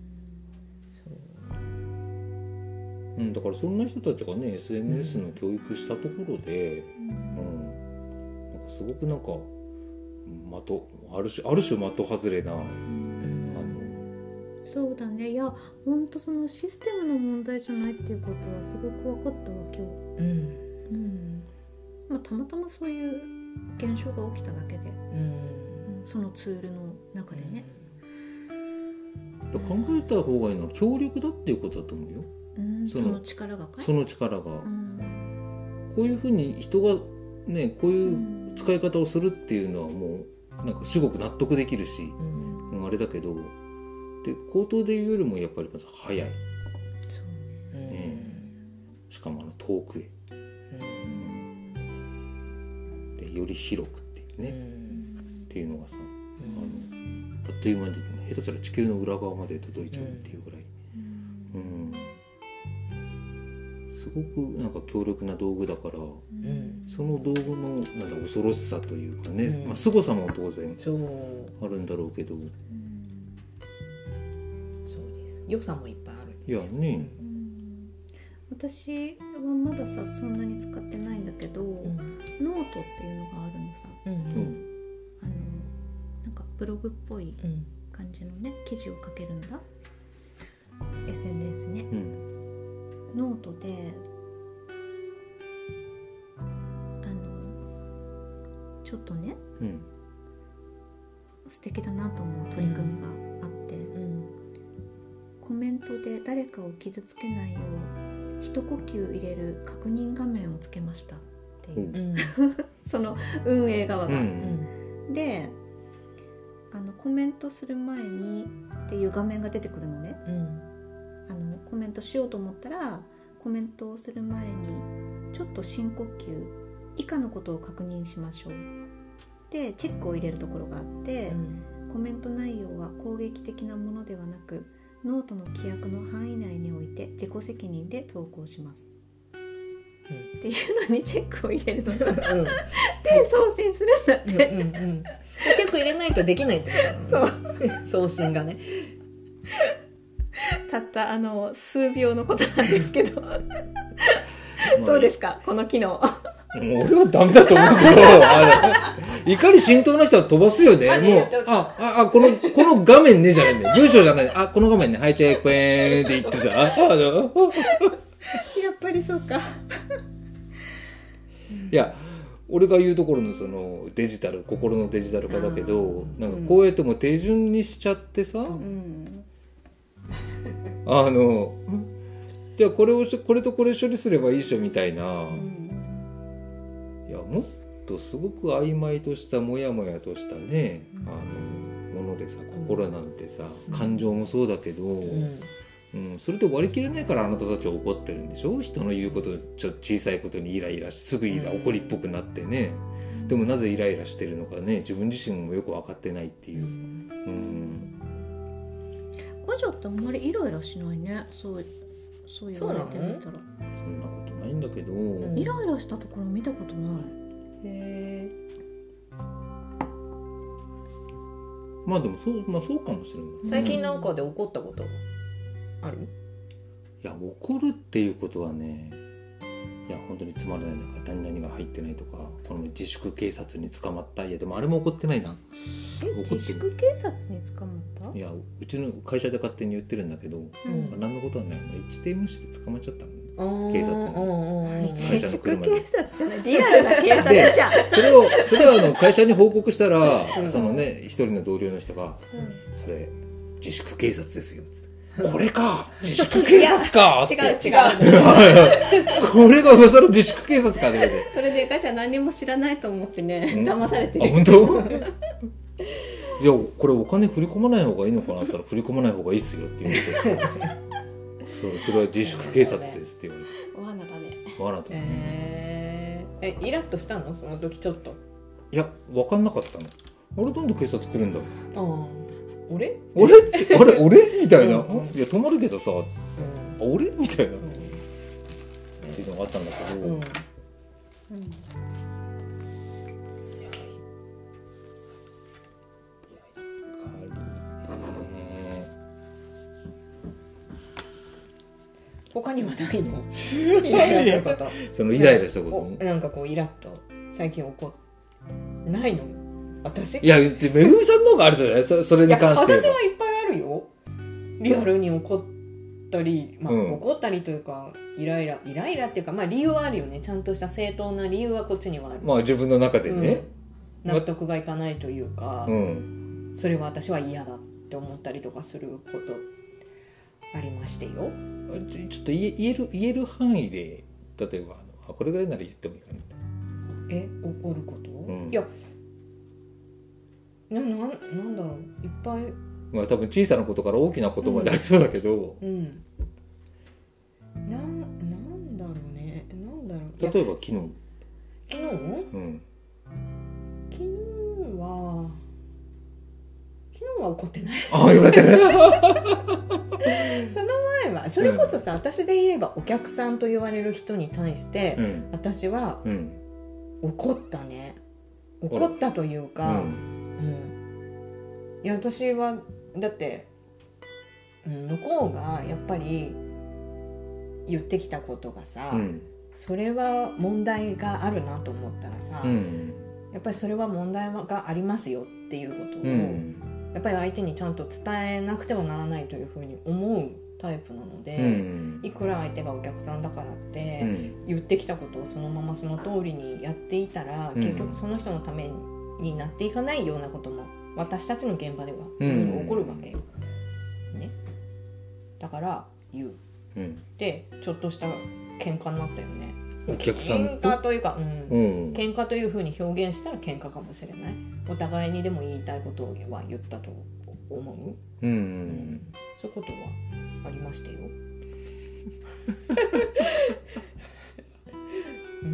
うん、だからそんな人たちがね エスエヌエス の教育したところで、うんうん、なんかすごくなんか的ある種ある種的外れな、うん、 あのそうだねいや本当そのシステムの問題じゃないっていうことはすごく分かったわ今日、うんうんまあ、たまたまそういう現象が起きただけで、うん、そのツールの中でね、 うん、考えた方がいいのは協力だっていうことだと思うよ。 うん、そ, のその力がかいその力が、うん、こういうふうに人がねこういう使い方をするっていうのはもうなんかすごく納得できるし、うん、あれだけどで口頭で言うよりもやっぱりまず早い、そうね、 遠くへ、うん、でより広くっていうね、うん、っていうのがさ、うん、あのあっという間に下手すら地球の裏側まで届いちゃうっていうぐらい、うんうん、すごくなんか強力な道具だから、うん、その道具のなんだ恐ろしさというかね、うんまあ、凄さも当然あるんだろうけど、うん、 そうです良さもいっぱいあるんですよ。 いやね、 うん、私はまださそんなに使ってないんだけど、うん、ノートっていうのがあるのさ、うんうん、あのなんかブログっぽい感じのね記事を書けるんだ エスエヌエス ね、うん、ノートであのちょっとね、うん、素敵だなと思う取り組みがあって、うんうん、コメントで誰かを傷つけないよう一呼吸入れる確認画面をつけましたっていう、うん、その運営側が、うん、であのコメントする前にっていう画面が出てくるのね、うん、あのコメントしようと思ったらコメントをする前にちょっと深呼吸以下のことを確認しましょうでチェックを入れるところがあって、うん、コメント内容は攻撃的なものではなくノートの規約の範囲内において自己責任で投稿します、うん、っていうのにチェックを入れるのさ、うん、で送信するんだって、うんうんうん、 チェック入れないとできないってことだもんね送信がねたったあの数秒のことなんですけどどうですかこの機能。 俺はダメだと思うけどあのいかに浸透な人は飛ばすよね。もうあああこのこの画面ねじゃないんだよ文章じゃないあこの画面ねはいチェックペーンって言ってさあのやっぱりそうかいや俺が言うところのそのデジタル心のデジタル化だけどなんかこうやっても手順にしちゃってさ、うん、あのじゃあこれをこれとこれ処理すればいいっしょみたいな、うん、いやもっとすごく曖昧としたモヤモヤとしたね、うん、あのものでさ心なんてさ、うん、感情もそうだけど、うんうん、それで割り切れないからあなたたちは怒ってるんでしょ。人の言うことちょっと小さいことにイライラしすぐイラ怒りっぽくなってね、うん、でもなぜイライラしてるのかね自分自身もよく分かってないっていう、うん、 ガジャってあんまりイライラしないね。そうそう言われてみたら そ, そんなことないんだけど、うん、イライラしたところ見たことない。へーまあでもそう、まあ、そうかもしれない。 最近なんかで怒ったことある？ いや怒るっていうことはねいや本当につまらないなんか何々が入ってないとかこの自粛警察に捕まったいやでもあれも怒ってないな。 え自粛警察に捕まった？ いやうちの会社で勝手に言ってるんだけど、うん、何のことはないの一定無視で捕まっちゃったの警察に会社の車で自粛警察じゃないリアルな警察じゃんそれをそれはあの会社に報告したら、うん、そのね一人の同僚の人が、うん、それ自粛警察ですよつってこれか自粛警察か違う違うこれが噂の自粛警察かってそれで会社何も知らないと思ってね騙されてる。 あ本当いやこれお金振り込まない方がいいのかなって言ったら振り込まない方がいいっすよって言われてそうそれは自粛警察ですって言われてお花だねお花だね、 えー、えイラッとしたのその時ちょっと。 いや分かんなかったの。あれなんで警察来るんだろう。あ俺俺あれ俺みたいな、うんうん、いや止まるけどさ、うん、俺みたいな、うん、っていうのがあったんだけど、うんうん、いや他にはないのイライラしたことそのイライラしたことなんかこうイラッと最近起こないの私いやめぐみさんの方があるじゃない そ, それに関して私はいっぱいあるよ。リアルに怒ったり、まあうん、怒ったりというかイライライライラっていうか、まあ、理由はあるよね。ちゃんとした正当な理由はこっちにはある。 まあ自分の中でね、 うん、納得がいかないというか、うん、それは私は嫌だって思ったりとかすることありましてよ。 ちょっと言える、言える範囲で例えばあのこれぐらいなら言ってもいいかな。 え怒ること、うん、いやな, な, なんだろういっぱい、 まあ、多分小さなことから大きなことまでありそうだけど、 うんうん、な, なんだろうね例えば昨日昨日、うん、昨日は昨日は怒ってない。 ああよかったその前はそれこそさ、うん、私で言えばお客さんと言われる人に対して、うん、私は、うん、怒ったね。怒ったというか、うんうん、いや私はだって、うん、向こうがやっぱり言ってきたことがさ、うん、それは問題があるなと思ったらさ、うん、やっぱりそれは問題がありますよっていうことを、うん、やっぱり相手にちゃんと伝えなくてはならないというふうに思うタイプなので、うん、いくら相手がお客さんだからって、うん、言ってきたことをそのままその通りにやっていたら、うん、結局その人のためになっていかないようなことも私たちの現場ではいろいろ起こるわけよ、うんね、だから言う、うん、でちょっとした喧嘩になったよね。 お客さんと喧嘩というか、うんうん、喧嘩というふうに表現したら喧嘩かもしれない。お互いにでも言いたいことは言ったと思う、うんうんうん、そういうことはありましたよ、うん、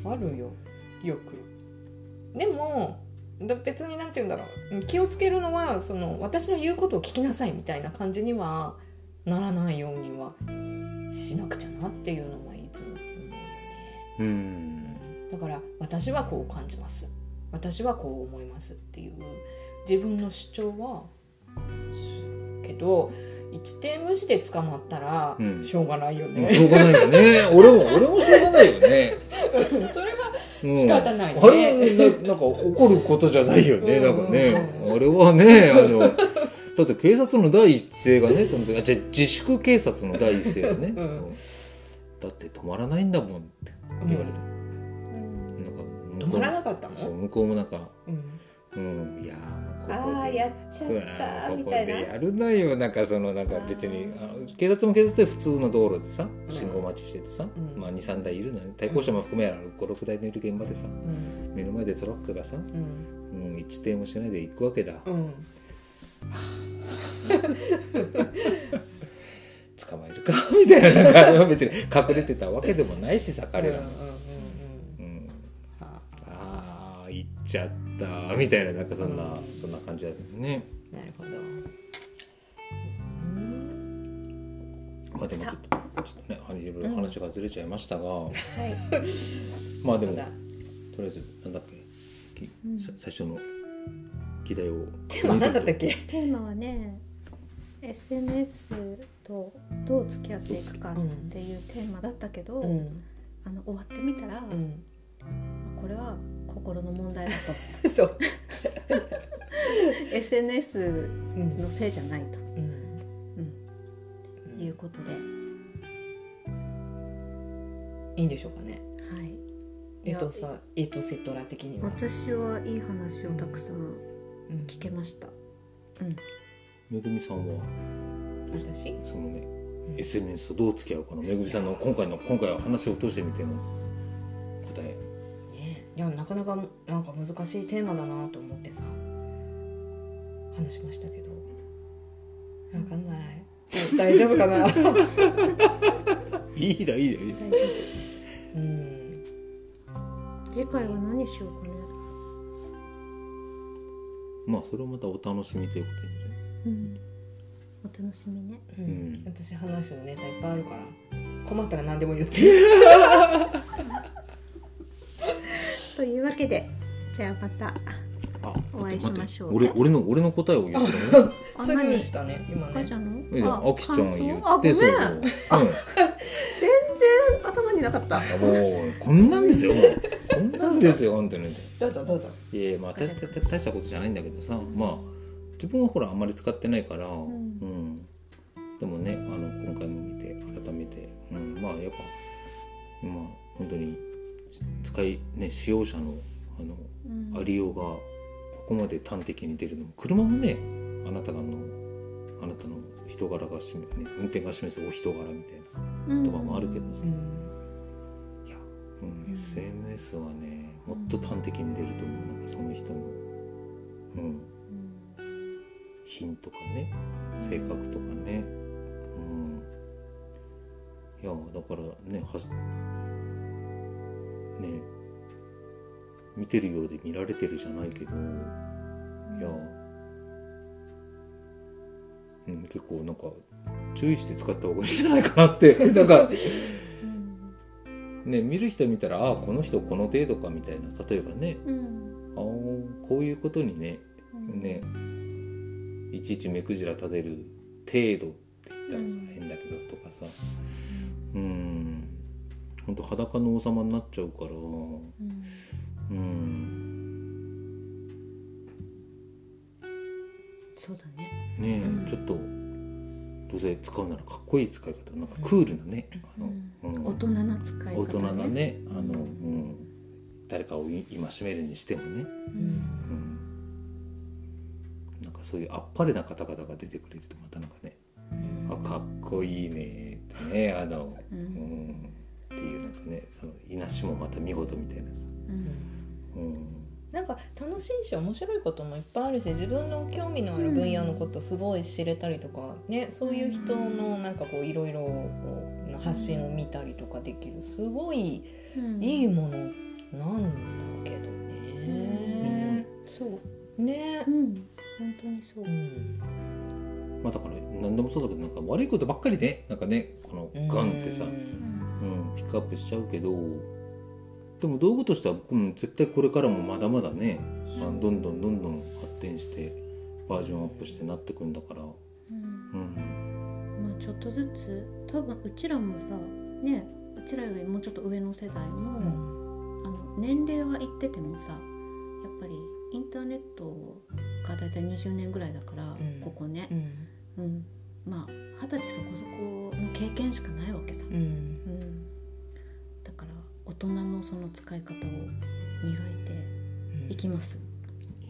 あるよよく。でも別になんて言うんだろう、気をつけるのはその私の言うことを聞きなさいみたいな感じにはならないようにはしなくちゃなっていうのはいつも思うよね。うん、だから私はこう感じます、私はこう思いますっていう自分の主張はするけど、一定無視で捕まったらしょうがないよね、うん、しょうがないよね俺も俺もしょうがないよねそれは仕方ないね、 うん、あれ な, なんか怒ることじゃないよね、なんかね、うん、あれはね、あのだって警察の第一声がね、そのじゃ自粛警察の第一声がね、うん、だって止まらないんだもんって言われて、うん、なんか止まらなかったの？ そう向こうもなんか、うん、うん、いやここであやっちゃったみたいな、 ここでやるなよ、なんかそのなんか別にあの警察も警察で普通の道路でさ信号待ちしててさ、うん、まあ にさんだいいるのに対向車も含めごろくだいのいる現場でさ、うん、目の前でトラックがさ、うんうん、一定もしないで行くわけだ、うん、捕まえるかみたいな、なんか別に隠れてたわけでもないしさ彼らも、うんうんうん、ああ行っちゃったみたいな、なんかそんな、うん、そんな感じだね。 なるほど。 まあでもちょっとちょっとねいろいろ話がずれちゃいましたが、うんはい、まあでもとりあえずなんだっけ、うん、最初の議題をテーマ何だったっけ？ テーマはね エスエヌエス とどう付き合っていくかっていうテーマだったけど、うん、あの終わってみたら、うん、これは心の問題だとそうエスエヌエス のせいじゃないと、うんうん、いうことでいいんでしょうかね。 はい。 エトサエトセトラ的には私はいい話をたくさん聞けました。うん。 めぐみさんは私そのね、うん、エスエヌエス とどう付き合うかのめぐみさんの今回の今回は話を通してみての答え。 ね、いやなかなかなんか難しいテーマだなと思ってさ話しましたけど、わかんない。大丈夫かな。 いいだいいだいいだ。大丈夫。 うん。次回は何しようかね。 まあそれをまたお楽しみということで、ね。 うん。お楽しみね。 うん。うん、私話すのネタいっぱいあるから困ったら何でも言って。 というわけでじゃあまたお会いしましょう。 俺俺の俺の答えを言ってるね。すぐでしたね今ね。 赤ちゃんの？ いやあきちゃん言って、 あごめん。そうそう、うん、全然頭になかった。 もうこんなんですよ。もうこんなんですよ本当に。 どうぞどうぞ。 いやまあ大したことじゃないんだけどさ、まあ自分はほらあんまり使ってないから、うん。うん、でもねあの今回も見て改めて、うん、まあやっぱまあ本当に使いね使用者のあの、うん、ありようがここまで端的に出るのも車もねあなたがのあなたの人柄が示、ね、運転が示すお人柄みたいな言葉もあるけどさ、うん、いや、うん、エスエヌエス はねもっと端的に出ると思う。なんかその人の、うん、品とかね性格とかね、うん、いやだからねは見てるようで見られてるじゃないけど、いや、うん、結構なんか注意して使った方がいいんじゃないかなってなんかね、見る人見たら、ああこの人この程度かみたいな、例えばね、うん、ああこういうことにね、ね、いちいち目くじら立てる程度って言ったらさ、うん、変だけどとかさ、うん、ほんと裸の王様になっちゃうから、うんうん、 そうだね。 ねえ、うん、ちょっとどうせ使うならかっこいい使い方、なんかクールなね、 うんあのうん、大人な使い方ね。 大人なね、あの、うん、誰かを戒めるにしてもね、うんうん、なんかそういうあっぱれな方々が出てくれるとまたなんかね、うん、あかっこいいねってね、あの、うんうん、っていうなんかね、そのいなしもまた見事みたいなさ。うんうん、 なんか楽しいし面白いこともいっぱいあるし、自分の興味のある分野のことすごい知れたりとかね、そういう人のなんかこういろいろ発信を見たりとかできる、すごいいいものなんだけどね、うん、 そうね、 うん、本当にそう、うん、 まあだから何でもそうだけど、なんか悪いことばっかりね、なんかね、このガンってさ、うんうん、ピックアップしちゃうけど、でも道具としては、うん、絶対これからもまだまだね、あのどんどんどんどん発展してバージョンアップしてなってくんだから、うんうん、まあちょっとずつ多分うちらもさね、うちらよりもうちょっと上の世代も、うん、あの年齢はいっててもさ、やっぱりインターネットがだいたいにじゅうねんぐらいだから、うん、ここね、うんうん、まあ二十歳そこそこの経験しかないわけさ、うんうん、だから大人のその使い方を磨いていきます、うん、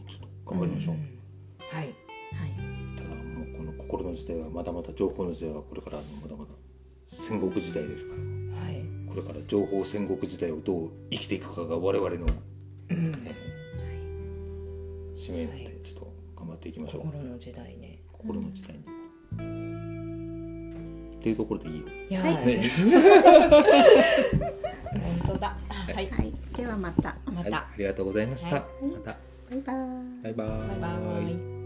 ちょっと頑張りましょう、うんうん、 はい、はい、 ただもうこの心の時代はまだまだ、情報の時代はこれからまだまだ戦国時代ですから、はい、これから情報戦国時代をどう生きていくかが我々の、うん、えー、使命なので、ちょっと頑張っていきましょう。 心の時代ね、 心の時代に、うん、っていうところでいいよ。 いや、はい、本当だ、はい、 はい、ではまたまた、はい、 ありがとうございました、はい、またバイバーイバイバーイバイバーイ。